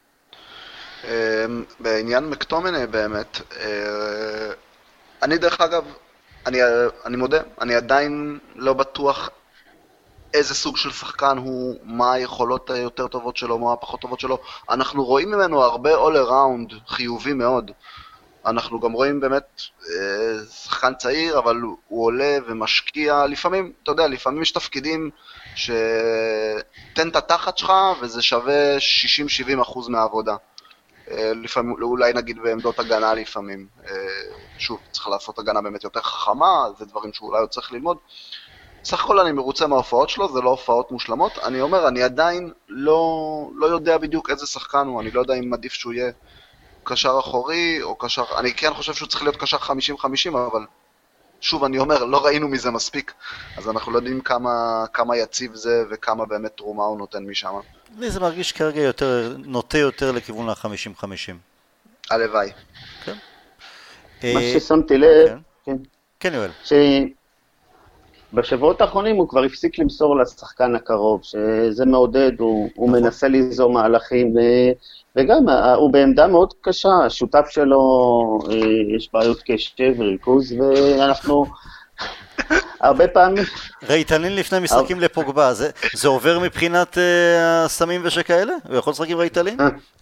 בעניין מקטומני באמת, אני דרך אגב, אני, אני מודה, אני עדיין לא בטוח איזה סוג של שחקן הוא, מה היכולות היותר טובות שלו, מה הפחות טובות שלו. אנחנו רואים ממנו הרבה all around חיובי מאוד. אנחנו גם רואים באמת שחקן צעיר, אבל הוא עולה ומשקיע. לפעמים, אתה יודע, לפעמים יש תפקידים שתן את התחת שלך וזה שווה שישים שבעים אחוז מהעבודה. לפעמים, אולי נגיד בעמדות הגנה לפעמים. שוב, צריך לעשות הגנה באמת יותר חכמה, זה דברים שאולי עוד צריך ללמוד. סך הכל אני מרוצה מההופעות שלו, זה לא הופעות מושלמות. אני אומר, אני עדיין לא, לא יודע בדיוק איזה שחקן הוא, אני לא יודע אם עדיף שהוא יהיה קשר אחורי או קשר, אני כן חושב שהוא צריך להיות קשר חמישים חמישים, אבל שוב אני אומר, לא ראינו מזה מספיק, אז אנחנו לא יודעים כמה, כמה יציב זה וכמה באמת תרומה הוא נותן משם. לי זה מרגיש כרגע יותר, נוטה יותר לכיוון ה-חמישים חמישים. הלוואי. כן. מה ששמתי לב, כן, כן. כן יואל. שבשבועות האחרונים הוא כבר הפסיק למסור לשחקן הקרוב, שזה מעודד, הוא, הוא מנסה ליזום מהלכים, ו... וגם הוא בעמדה מאוד קשה, השותף שלו, יש בעיות קשב וריכוז, ואנחנו הרבה פעמים... רייטלין לפני משחקים לפוגבה, זה, זה עובר מבחינת הסמים ושכאלה? הוא יכול לשחק עם רייטלין?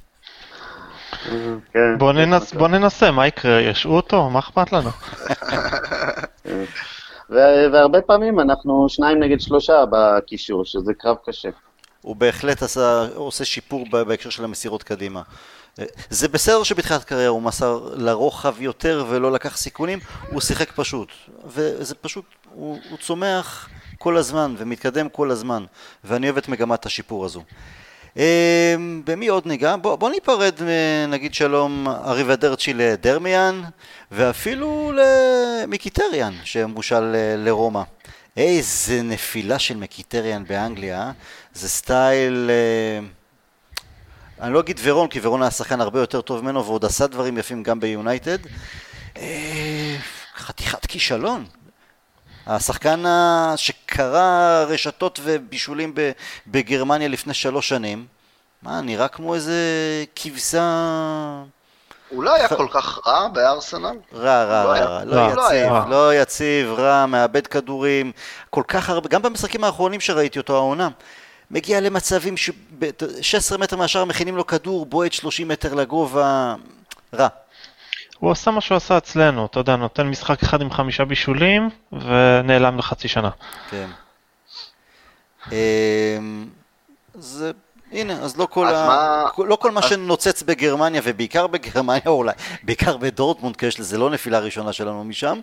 בוא ננס, בוא ננסה, מה יקרה? ישעו אותו? מה אכפת לנו? והרבה פעמים אנחנו שניים נגד שלושה בקישור, שזה קרב קשה. הוא בהחלט עשה, עושה שיפור בהקשר של המסירות קדימה. זה בסדר שבתחילת קריירה הוא מסר לרוחב יותר ולא לקח סיכונים, הוא שיחק פשוט. וזה פשוט, הוא, הוא צומח כל הזמן ומתקדם כל הזמן, ואני אוהב את מגמת השיפור הזו. במי עוד ניגע? בוא, בוא ניפרד, נגיד שלום אריבדרצ'י לדרמיאן, ואפילו למיקיטריאן שמושל לרומא. איזה נפילה של מיקיטריאן באנגליה, זה סטייל, אני לא אגיד ורון, כי ורון היה שחקן הרבה יותר טוב ממנו, ועוד עשה דברים יפים גם ביונייטד. חתיכת כישלון. השחקן שקרא רשתות ובישולים בגרמניה לפני שלוש שנים, מה, נראה כמו איזה כבשה... הוא לא היה כל כך רע בארסנל? רע, רע, רע, לא יציב, לא יציב, רע, מאבד כדורים, כל כך הרבה, גם במשחקים האחרונים שראיתי אותו העונה, מגיע למצבים ש-שש עשרה מטר מהשאר מכינים לו כדור, בועט שלושים מטר לגובה, רע. הוא עשה מה שהוא עשה אצלנו, אתה יודע, נותן משחק אחד עם חמישה בישולים, ונעלם לחצי שנה. כן. זה... הנה, אז לא כל, ה... מה... לא כל מה אז... שנוצץ בגרמניה, ובעיקר בגרמניה אולי, בעיקר בדורטמונד, כי יש לזה לא נפילה ראשונה שלנו משם,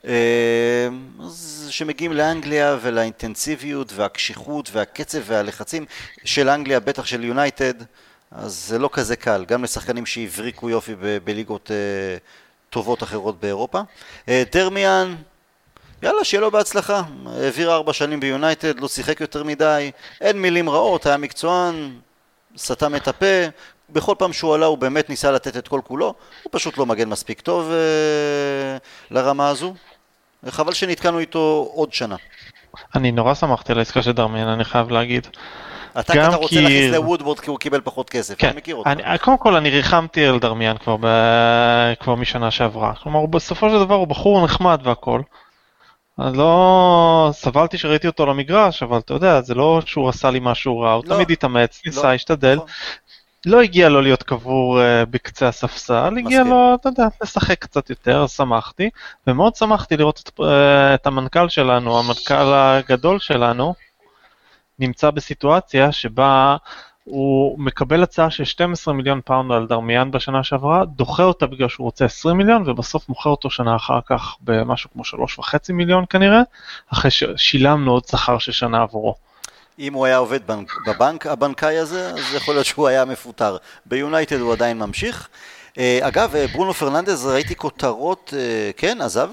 אז שמגיעים לאנגליה ולאינטנסיביות והקשיחות והקצב והלחצים של אנגליה, בטח של יונייטד, אז זה לא כזה קל, גם לשחקנים שהבריקו יופי ב- בליגות טובות אחרות באירופה. דרמיאן, יאללה, שיהיה לו בהצלחה. העביר ארבע שנים ביונייטד, לא שיחק יותר מדי, אין מילים רעות, היה מקצוען, סתם את הפה, בכל פעם שהוא עלה הוא באמת ניסה לתת את כל כולו, הוא פשוט לא מגן מספיק טוב אה, לרמה הזו. חבל שנתקענו איתו עוד שנה. אני נורא שמחתי על העסקה של דרמיאן, אני חייב להגיד. אתה אתה רוצה להכניס לוודוורד כי הוא קיבל פחות כסף, כן, אני מכיר אותך. אני, קודם כל אני ריחמתי על דרמיאן כבר, ב... כבר משנה שעברה. כלומר, הוא בסופו של דבר הוא בחור נחמד והכל. אז לא סבלתי שראיתי אותו למגרש, אבל אתה יודע, זה לא שהוא עשה לי משהו רע, הוא לא, תמיד התאמץ, ניסה, לא, השתדל. נכון. לא הגיע לו להיות קבור uh, בקצה הספסל, הגיע מסכים. לו, אתה יודע, לשחק קצת יותר, אז שמחתי, ומאוד שמחתי לראות את, uh, את המנכ"ל שלנו, המנכ"ל הגדול שלנו, נמצא בסיטואציה שבה הוא מקבל הצעה של שנים עשר מיליון פאונד על דרמיאן בשנה שעברה, דוחה אותה בגלל שהוא רוצה עשרים מיליון, ובסוף מוכר אותו שנה אחר כך במשהו כמו שלוש וחצי מיליון כנראה, אחרי ששילמנו עוד שכר של שנה עבורו. אם הוא היה עובד בנק, בבנק הבנקאי הזה, אז יכול להיות שהוא היה מפוטר. ביונייטד הוא עדיין ממשיך. אגב, ברונו פרננדז, ראיתי כותרות, כן, עזב?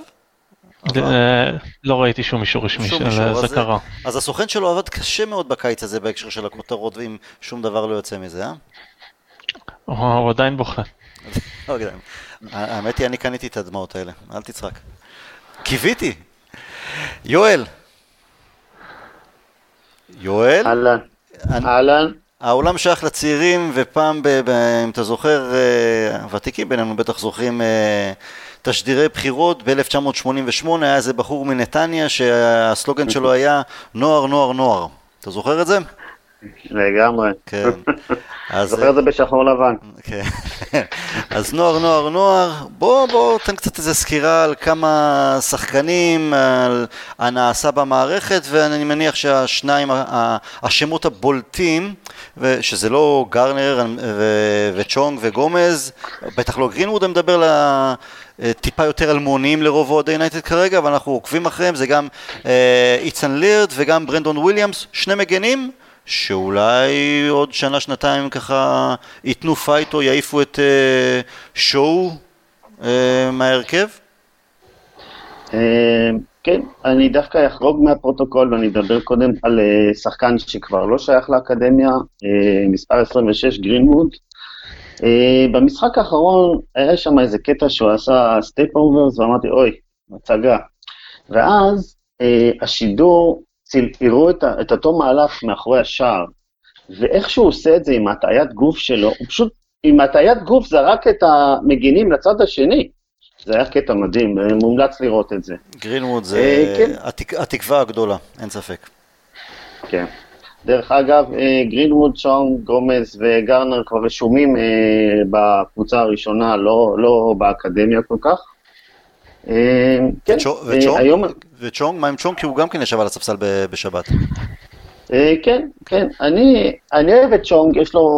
לא ראיתי שום אישור רשמי של זה קרה. אז הסוכן שלו עבד קשה מאוד בקיץ הזה בהקשר של הכותרות, ואם שום דבר לא יוצא מזה, אה? הוא עדיין בוכה. האמת היא, אני קניתי את הדמעות האלה, אל תצחק. קיוויתי. יואל. יואל? אהלן. אהלן. העולם שייך לצעירים, ופעם, אם אתה זוכר, הוותיקים בינינו בטח זוכרים תשדירי בחירות, ב-אלף תשע מאות שמונים ושמונה היה איזה בחור מנתניה שהסלוגן שלו היה נוער, נוער, נוער. אתה זוכר את זה? לגמרי. כן. זוכר את זה בשחור לבן. כן. אז נוער, נוער, נוער, בוא, בוא, תן קצת איזו סקירה על כמה שחקנים, על הנעשה במערכת, ואני מניח שהשניים, השמות הבולטים, שזה לא גרנר וצ'ונג וגומז, בטח לא גרינווד, אני מדבר טיפה יותר אלמוניים לרוב אוהדי יונייטד כרגע, ואנחנו עוקבים אחריהם, זה גם אית'ן לירד וגם ברנדון וויליאמס, שני מגנים, שאולי עוד שנה, שנתיים ככה ייתנו פייט או יעיפו את uh, שואו uh, מהרכב? Uh, כן, אני דווקא אחרוג מהפרוטוקול ואני אדבר קודם על uh, שחקן שכבר לא שייך לאקדמיה, uh, מספר עשרים ושש, גרינווד. Uh, במשחק האחרון היה שם איזה קטע שהוא עשה סטייפ אוברס ואמרתי, אוי, מצגה. ואז uh, השידור תראו את, את אותו מהלך מאחורי השער, ואיך שהוא עושה את זה עם הטעיית גוף שלו, הוא פשוט עם הטעיית גוף זרק את המגינים לצד השני. זה היה קטע מדהים, מומלץ לראות את זה. גרינווד זה אה, כן. התק, התקווה הגדולה, אין ספק. כן. דרך אגב, גרינווד, צ'ונג, גומז וגרנר כבר רשומים בקבוצה הראשונה, לא, לא באקדמיה כל כך. כן, וצ'ונג, מה עם צ'ונג? כי הוא גם כן ישב על הספסל בשבת. כן, כן, אני אוהב את צ'ונג, יש לו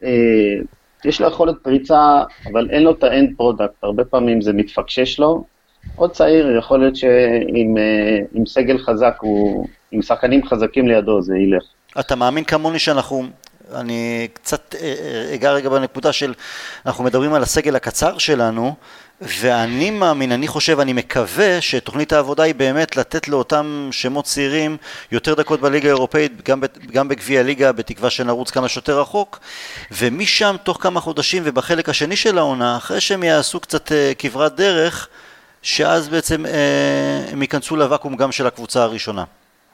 יש לו יכולת פריצה, אבל אין לו את האנד פרודקט, הרבה פעמים זה מתפקשש לו. עוד צעיר, יכול להיות שעם סגל חזק, עם שחקנים חזקים לידו, זה ילך. אתה מאמין כמוני שאנחנו, אני קצת אגע רגע בנקודה של, אנחנו מדברים על הסגל הקצר שלנו, ואני מאמין, אני חושב, אני מקווה שתוכנית העבודה היא באמת לתת לאותם שמות צעירים יותר דקות בליגה האירופאית, גם, גם בגביע הליגה, בתקווה שנרוץ כמה שיותר רחוק, ומשם תוך כמה חודשים ובחלק השני של העונה, אחרי שהם יעשו קצת אה, כברת דרך, שאז בעצם אה, הם ייכנסו לוואקום גם של הקבוצה הראשונה.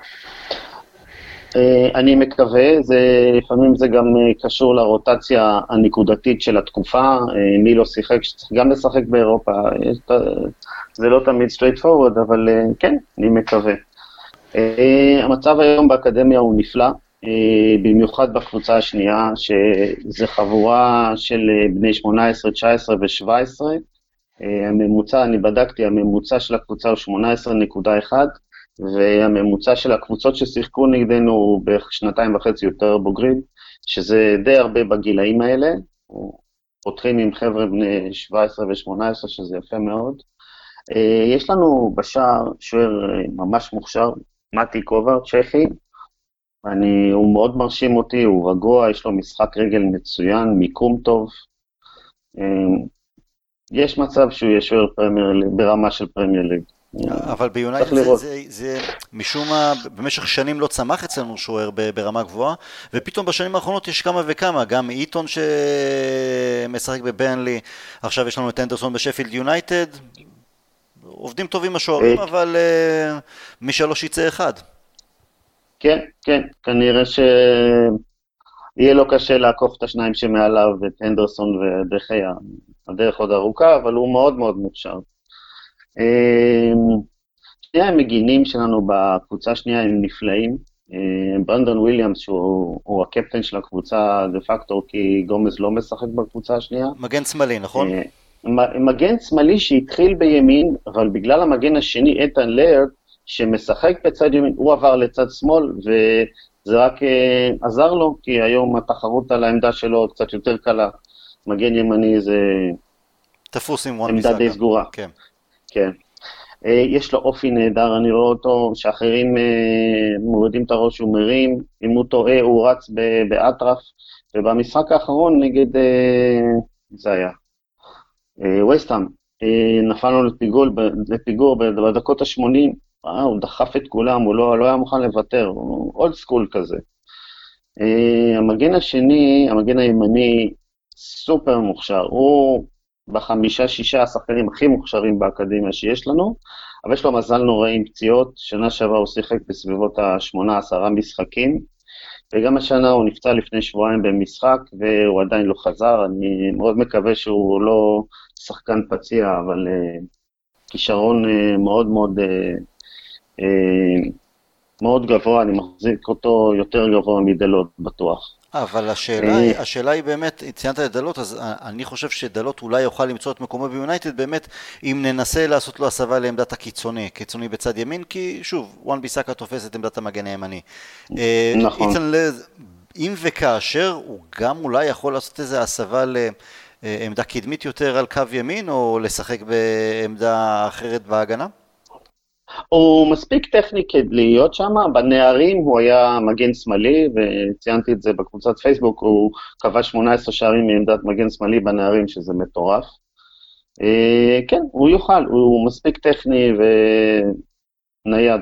אני מקווה, זה, לפעמים זה גם קשור לרוטציה הנקודתית של התקופה, מי לא שיחק, שצריך גם לשחק באירופה, זה לא תמיד straight forward, אבל כן, אני מקווה. המצב היום באקדמיה הוא נפלא, במיוחד בקבוצה השנייה, שזה חבורה של בני שמונה עשרה, תשע עשרה ו-שבע עשרה, הממוצע, אני בדקתי, הממוצע של הקבוצה הוא שמונה עשרה נקודה אחת, והממוצע של הקבוצות ששיחקו נגדנו הוא בערך שנתיים וחצי יותר בוגרים, שזה די הרבה בגילאים האלה, פותחים עם חבר'ה בני שבע עשרה ו-שמונה עשרה, שזה יפה מאוד. יש לנו בשער שוער ממש מוכשר, מתי קובר, צ'כי, אני, הוא מאוד מרשים אותי, הוא רגוע, יש לו משחק רגל מצוין, מיקום טוב, יש מצב שהוא יהיה שוער ברמה של פרמייר ליג. אבל ביונייטד זה, זה, זה משום מה במשך שנים לא צמח אצלנו שוער ברמה גבוהה, ופתאום בשנים האחרונות יש כמה וכמה, גם איתון שמשחק בברנלי, עכשיו יש לנו את אנדרסון בשפילד יונייטד, עובדים טובים השוערים, אבל uh, משלוש יצא אחד. כן, כן, כנראה שיהיה לו קשה לעקוף את השניים שמעליו, את אנדרסון ודחיה. הדרך עוד ארוכה, אבל הוא מאוד מאוד מוכשר. שני המגינים שלנו בקבוצה השנייה הם נפלאים. ברנדון וויליאמס, שהוא הקפטן של הקבוצה דה פקטו, כי גומז לא משחק בקבוצה השנייה. מגן שמאלי, נכון? מגן שמאלי שהתחיל בימין, אבל בגלל המגן השני, איתן לארד, שמשחק בצד ימין, הוא עבר לצד שמאל, וזה רק עזר לו, כי היום התחרות על העמדה שלו קצת יותר קלה. מגן ימני זה תפוס עם וואן עמדה די סגורה. כן. כן. יש לו אופי נהדר, אני רואה אותו, שאחרים מורידים את הראש, הוא מרים, אם הוא טועה, הוא רץ באטרף, ובמשחק האחרון נגד, זה היה, ווסטהאם, נפלנו לפיגור, לפיגור בדקות ה-שמונים, הוא דחף את כולם, הוא לא, לא היה מוכן לוותר, הוא אולד סקול כזה. המגן השני, המגן הימני, סופר מוכשר, הוא בחמישה, שישה השחקנים הכי מוכשרים באקדמיה שיש לנו, אבל יש לו מזל נורא עם פציעות, שנה שעברה הוא שיחק בסביבות ה-שמונה עשרה משחקים, וגם השנה הוא נפצע לפני שבועיים במשחק, והוא עדיין לא חזר, אני מאוד מקווה שהוא לא שחקן פציע, אבל uh, כישרון uh, מאוד מאוד, uh, uh, מאוד גבוה, אני מחזיק אותו יותר גבוה מדלות בטוח. אבל השאלה היא, השאלה היא באמת, ציינת את דלות, אז אני חושב שדלות אולי יוכל למצוא את מקומו ביונייטד, באמת, אם ננסה לעשות לו הסבה לעמדת הקיצוני, קיצוני בצד ימין, כי שוב, וואן ביסאקה תופס את עמדת המגן הימני. נכון. אם וכאשר, הוא גם אולי יכול לעשות איזו הסבה לעמדה קדמית יותר על קו ימין, או לשחק בעמדה אחרת בהגנה? הוא מספיק טכני כדי להיות שם, בנערים הוא היה מגן שמאלי, וציינתי את זה בקבוצת פייסבוק, הוא קבע שמונה עשרה שערים מעמדת מגן שמאלי בנערים, שזה מטורף. כן, הוא יוכל, הוא מספיק טכני ונייד.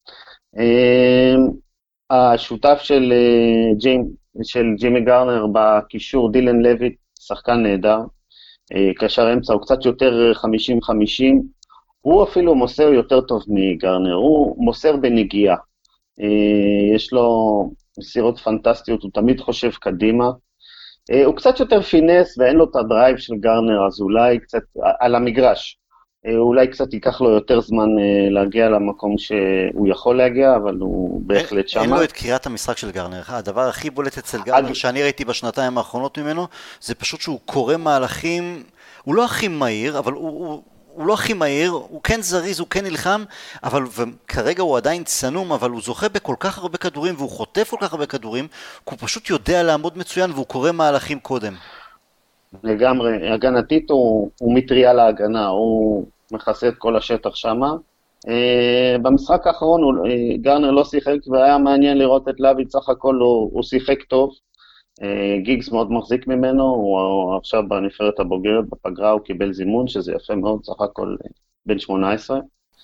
השותף של, ג'ים, של ג'ימי גארנר בקישור, דילן לויט, שחקן נהדר, קשר אמצע, הוא קצת יותר חמישים חמישים, הוא אפילו מוסר יותר טוב מגרנר, הוא מוסר בנגיעה. יש לו מסירות פנטסטיות, הוא תמיד חושב קדימה. הוא קצת יותר פינס ואין לו את הדרייב של גרנר, אז אולי קצת, על המגרש, אולי קצת ייקח לו יותר זמן להגיע למקום שהוא יכול להגיע, אבל הוא בהחלט שמה. אין לו את קריאת המשחק של גרנר. הדבר הכי בולט אצל גרנר שאני ראיתי בשנתיים האחרונות ממנו, זה פשוט שהוא קורא מהלכים, הוא לא הכי מהיר, אבל הוא... הוא... הוא לא הכי מהיר, הוא כן זריז, הוא כן נלחם, אבל כרגע הוא עדיין צנום, אבל הוא זוכה בכל כך הרבה כדורים, והוא חוטף כל כך הרבה כדורים, הוא פשוט יודע לעמוד מצוין, והוא קורא מהלכים קודם. לגמרי, הגנתית הוא, הוא מטריה להגנה, הוא מכסה את כל השטח שמה. במשחק האחרון הוא, גרנר לא שיחק, והיה מעניין לראות את לויט, סך הכל הוא, הוא שיחק טוב, גיגס מאוד מחזיק ממנו, הוא עכשיו בנבחרת הבוגרת בפגרה, הוא קיבל זימון, שזה יפה מאוד, סך הכל בן שמונה עשרה.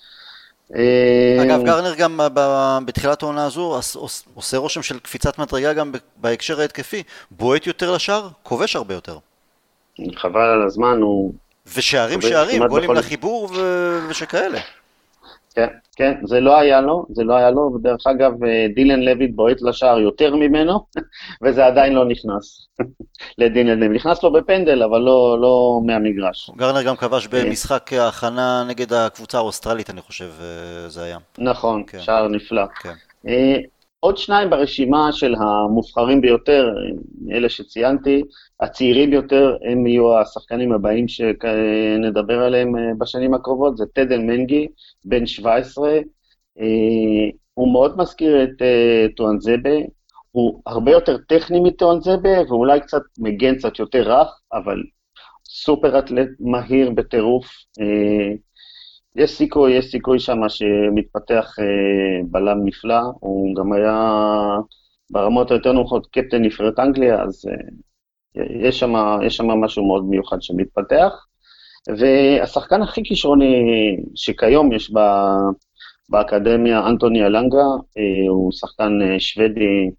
אגב, גרנר גם בתחילת העונה הזו עושה רושם של קפיצת מדרגה גם בהקשר ההתקפי, בועט יותר לשער, כובש הרבה יותר. חבל על הזמן, הוא... ושערים שערים, גולים לחיבור ושכאלה. כן, כן, זה לא היה לו, זה לא היה לו, ודרך אגב, דילן לויט בועט לשער יותר ממנו, וזה עדיין לא נכנס לדילן לויט. נכנס לו בפנדל, אבל לא, לא מהמגרש. גרנר גם כבש במשחק ההכנה נגד הקבוצה האוסטרלית, אני חושב, זה היה. נכון, כן. שער נפלא. כן. עוד שניים ברשימה של המובחרים ביותר, אלה שציינתי, הצעירים ביותר, הם יהיו השחקנים הבאים שנדבר עליהם בשנים הקרובות, זה טדל מנגי, בן שבע עשרה, הוא מאוד מזכיר את טואנזבה, הוא הרבה יותר טכני מטואנזבה, ואולי קצת מגן קצת יותר רך, אבל סופר אטלט מהיר בטירוף, יש סיכוי, יש סיכוי שם שמתפתח בלם נפלא, הוא גם היה ברמות היותר נמוכות קפטן נבחרת אנגליה, אז יש שם, יש שם משהו מאוד מיוחד שמתפתח. והשחקן הכי כישרוני שכיום יש באקדמיה, אנטוני אלנגה, הוא שחקן שוודי,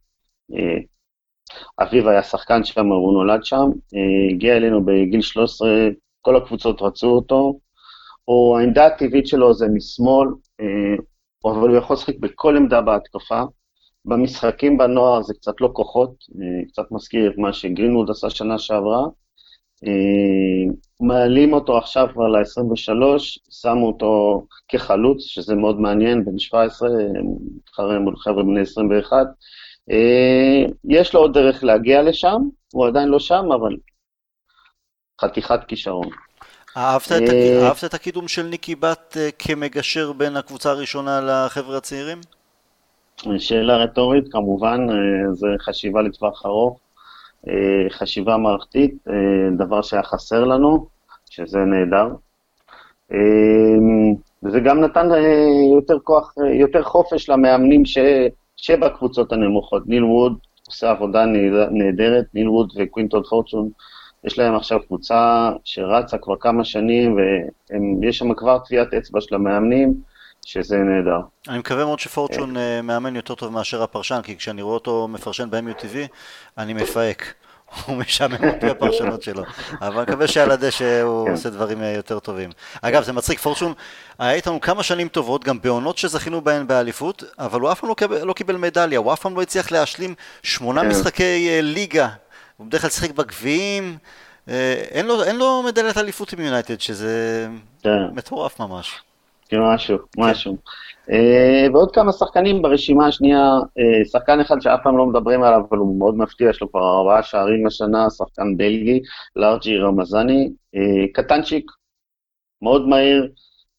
אביו היה שחקן שם, הוא נולד שם, הגיע אלינו בגיל שלוש עשרה, כל הקבוצות רצו אותו, או העמדה הטבעית שלו זה משמאל, אבל הוא יכול לשחק בכל עמדה בהתקפה, במשחקים בנוער זה קצת לא כוחות, קצת מזכיר את מה שגרינווד עשה שנה שעברה, מעלים אותו עכשיו כבר ל-עשרים ושלוש, שמו אותו כחלוץ, שזה מאוד מעניין, בן שבע עשרה, מתחרה מול חבר'ה בני עשרים ואחת, יש לו עוד דרך להגיע לשם, הוא עדיין לא שם, אבל חתיכת כישרון. אהבת את הקידום של ניקי בת כמגשר בין הקבוצה הראשונה לחבר'ה הצעירים? שאלה רטורית, כמובן, זה חשיבה לטווח ארוך, חשיבה מערכתית, דבר שהיה חסר לנו, שזה נהדר. וזה גם נתן יותר כוח, יותר חופש למאמנים ש... שבקבוצות הנמוכות. ניל ווד עושה עבודה נהדרת, ניל ווד וקווינטון פורצ'ון, יש להם עכשיו קבוצה שרצה כבר כמה שנים, ויש שם כבר טביעת אצבע של המאמנים, שזה נהדר. אני מקווה מאוד שפורצ'ון מאמן יותר טוב מאשר הפרשן, כי כשאני רואה אותו מפרשן ב-אם יו טי וי, אני מפהק. הוא משעמם אותי הפרשנות שלו. אבל אני מקווה שעל הדשא הוא עושה דברים יותר טובים. אגב, זה מצחיק, פורצ'ון היה איתנו כמה שנים טובות, גם בעונות שזכינו בהן באליפות, אבל הוא אף פעם לא קיבל מדליה, הוא אף פעם לא הצליח להשלים שמונה משחקי ליגה. הוא בדרך כלל שחק בגביעים, אין לו, אין לו מדליית אליפות עם יונייטד, שזה מטורף ממש. משהו, משהו. ועוד כמה שחקנים ברשימה השנייה, שחקן אחד שאף פעם לא מדברים עליו, אבל הוא מאוד מפתיע, יש לו כבר ארבעה שערים השנה, שחקן בלגי, לארג'י רמזני, קטנצ'יק, מאוד מהיר,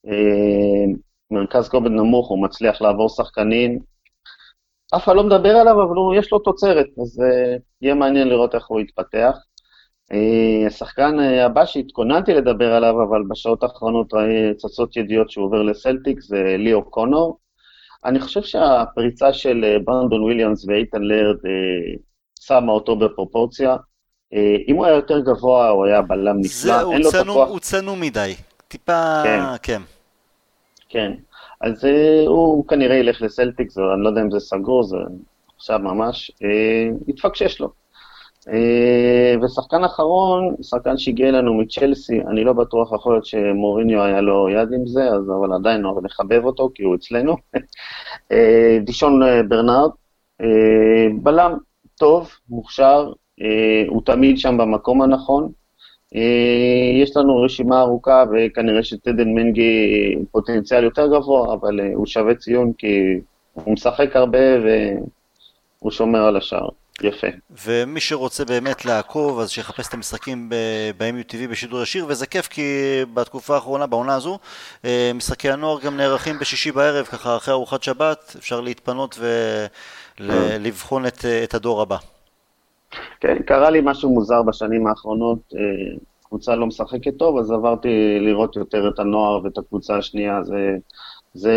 מרכז כובד נמוך, הוא מצליח לעבור שחקנים, אף אחד לא מדבר עליו, אבל יש לו תוצרת, אז יהיה מעניין לראות איך הוא יתפתח. השחקן הבא שהתכוננתי לדבר עליו, אבל בשעות האחרונות ראי צצות ידיעות שהוא עובר לסלטיק, זה ליאו קונור. אני חושב שהפריצה של ברנדון וויליאמס ואיתן לרד שמה אותו בפרופורציה. אם הוא היה יותר גבוה, הוא היה בלם נפלא. אין לו את הכוח. הוא צנוע מדי, טיפה, כן. כן, אז הוא כנראה ילך לסלטיק, אני לא יודע אם זה סגור, זה עכשיו ממש, יתפקשש לו. ושחקן אחרון, שחקן שהגיע לנו מצ'לסי, אני לא בטוח יכול להיות שמוריניו היה לו יד עם זה, אז אבל עדיין לא נחבב אותו, כי הוא אצלנו. דישון ברנארד, בלם טוב, מוכשר, הוא תמיד שם במקום הנכון. יש לנו רשימה ארוכה, וכנראה שטדן מנגי פוטנציאל יותר גבוה, אבל הוא שווה ציון, כי הוא משחק הרבה והוא שומר על השאר. יפה. ומי שרוצה באמת לעקוב, אז שיחפש את המשחקים ב-אם יו טי וי בשידור ישיר, וזה כיף כי בתקופה האחרונה, בעונה הזו, משחקי הנוער גם נערכים בשישי בערב, ככה אחרי ארוחת שבת, אפשר להתפנות ולבחון את, את הדור הבא. כן, קרה לי משהו מוזר בשנים האחרונות, קבוצה לא משחקת טוב, אז עברתי לראות יותר את הנוער ואת הקבוצה השנייה, זה... זה...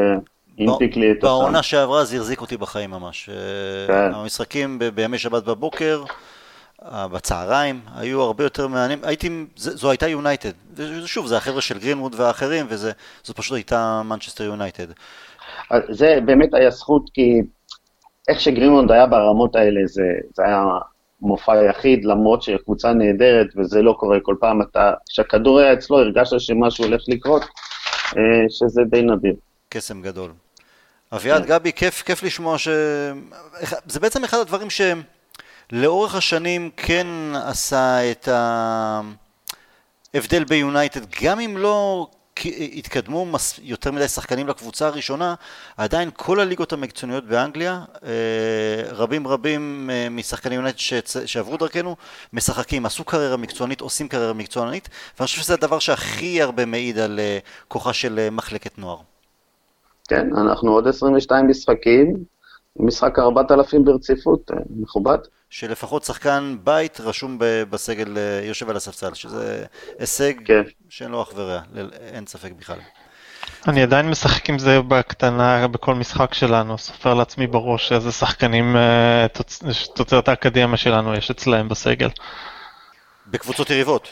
בעונה שעברה זה הרזיק אותי בחיים ממש. המשחקים בימי שבת בבוקר, בצהריים, היו הרבה יותר מעניינים. זו הייתה יונייטד. ושוב, זה החבר'ה של גרינווד והאחרים, וזו פשוט הייתה מנצ'סטר יונייטד. זה באמת היה זכות, כי איך שגרינווד היה ברמות האלה, זה היה מופע יחיד, למרות שקבוצה נהדרת, וזה לא קורה כל פעם. כשהכדור היה אצלו, הרגשת שמשהו הולך לקרות, שזה די נדיר. קסם גדול. אביעד, גבי, כיף, כיף לשמוע ש... זה בעצם אחד הדברים שלאורך השנים כן עשה את ההבדל ביונייטד, גם אם לא התקדמו יותר מדי שחקנים לקבוצה הראשונה, עדיין כל הליגות המקצועניות באנגליה, רבים רבים משחקנים יונייטד שעברו דרכנו, משחקים, עשו קריירה מקצוענית, עושים קריירה מקצוענית, ואני חושב שזה הדבר שהכי הרבה מעיד על כוחה של מחלקת נוער. כן, אנחנו עוד עשרים ושתיים משחקים, משחק ארבעת אלפים ברציפות, מכובד. שלפחות שחקן בית רשום בסגל יושב על הספסל, שזה הישג כן. שאין לו אח ורע, אין ספק בכלל. אני עדיין משחק עם זה בקטנה בכל משחק שלנו, סופר לעצמי בראש איזה שחקנים תוצרת האקדמיה שלנו יש אצלהם בסגל. בקבוצות יריבות?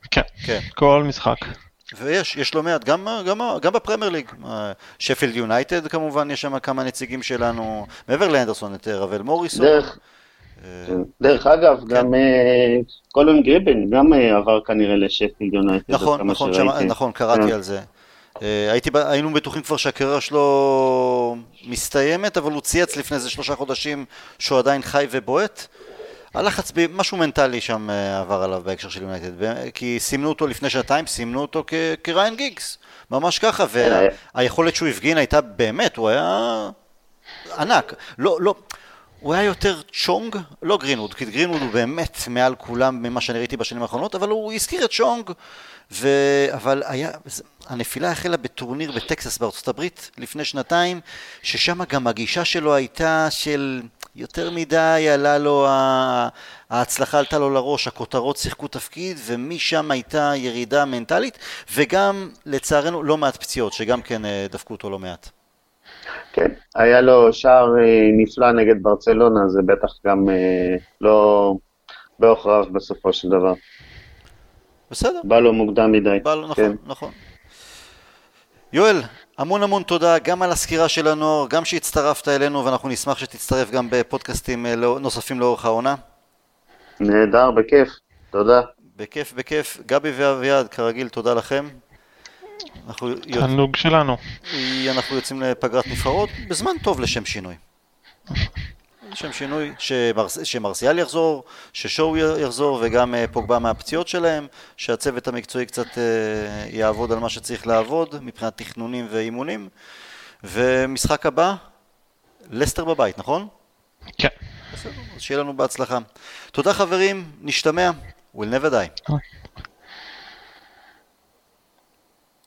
כן, כן. כל משחק. ויש, יש לא מעט, גם, גם, גם בפרמייר ליג, שפילד יונייטד כמובן, יש שם כמה נציגים שלנו, מעבר לאנדרסון, את רבל מוריסון. דרך, דרך אגב, כן. גם קולון גריבן, גם עבר כנראה לשפילד יונייטד. נכון, נכון, שמה, נכון, קראתי על זה. הייתי, היינו בטוחים כבר שהקריירה שלו מסתיימת, אבל הוא צייץ לפני איזה שלושה חודשים שהוא עדיין חי ובועט. הלחץ, משהו מנטלי שם עבר עליו בהקשר של יונייטד, כי סימנו אותו לפני שנתיים, סימנו אותו כריין גיגס, ממש ככה, והיכולת שהוא הפגין הייתה באמת, הוא היה ענק, לא, לא, הוא היה יותר צ'ונג, לא גרינווד, כי גרינווד הוא באמת מעל כולם ממה שאני ראיתי בשנים האחרונות, אבל הוא הזכיר את צ'ונג, ו... אבל היה, הנפילה החלה בטורניר בטקסס בארצות הברית לפני שנתיים, ששם גם הגישה שלו הייתה של יותר מדי, עלה לו, ההצלחה עלתה לו לראש, הכותרות שיחקו תפקיד, ומשם הייתה ירידה מנטלית, וגם לצערנו לא מעט פציעות, שגם כן דפקו אותו לא מעט. כן, היה לו שער נפלא נגד ברצלונה, זה בטח גם לא באוכרב בסופו של דבר. בסדר. בא לו מוקדם מדי. בא לו, נכון, כן. נכון. יואל, המון המון תודה גם על הסקירה של הנוער, גם שהצטרפת אלינו, ואנחנו נשמח שתצטרף גם בפודקאסטים נוספים לאורך העונה. נהדר, בכיף, תודה. בכיף, בכיף. גבי ואביעד, כרגיל, תודה לכם. תענוג שלנו. אנחנו יוצאים לפגרת נבחרות, בזמן טוב לשם שינוי. לשם שינוי, שמרס... שמרסיאל יחזור, ששואו יחזור, וגם פוגבה מהפציעות שלהם, שהצוות המקצועי קצת יעבוד על מה שצריך לעבוד, מבחינת תכנונים ואימונים. ומשחק הבא, לסטר בבית, נכון? כן. בסדר, אז שיהיה לנו בהצלחה. תודה חברים, נשתמע, we'll never die.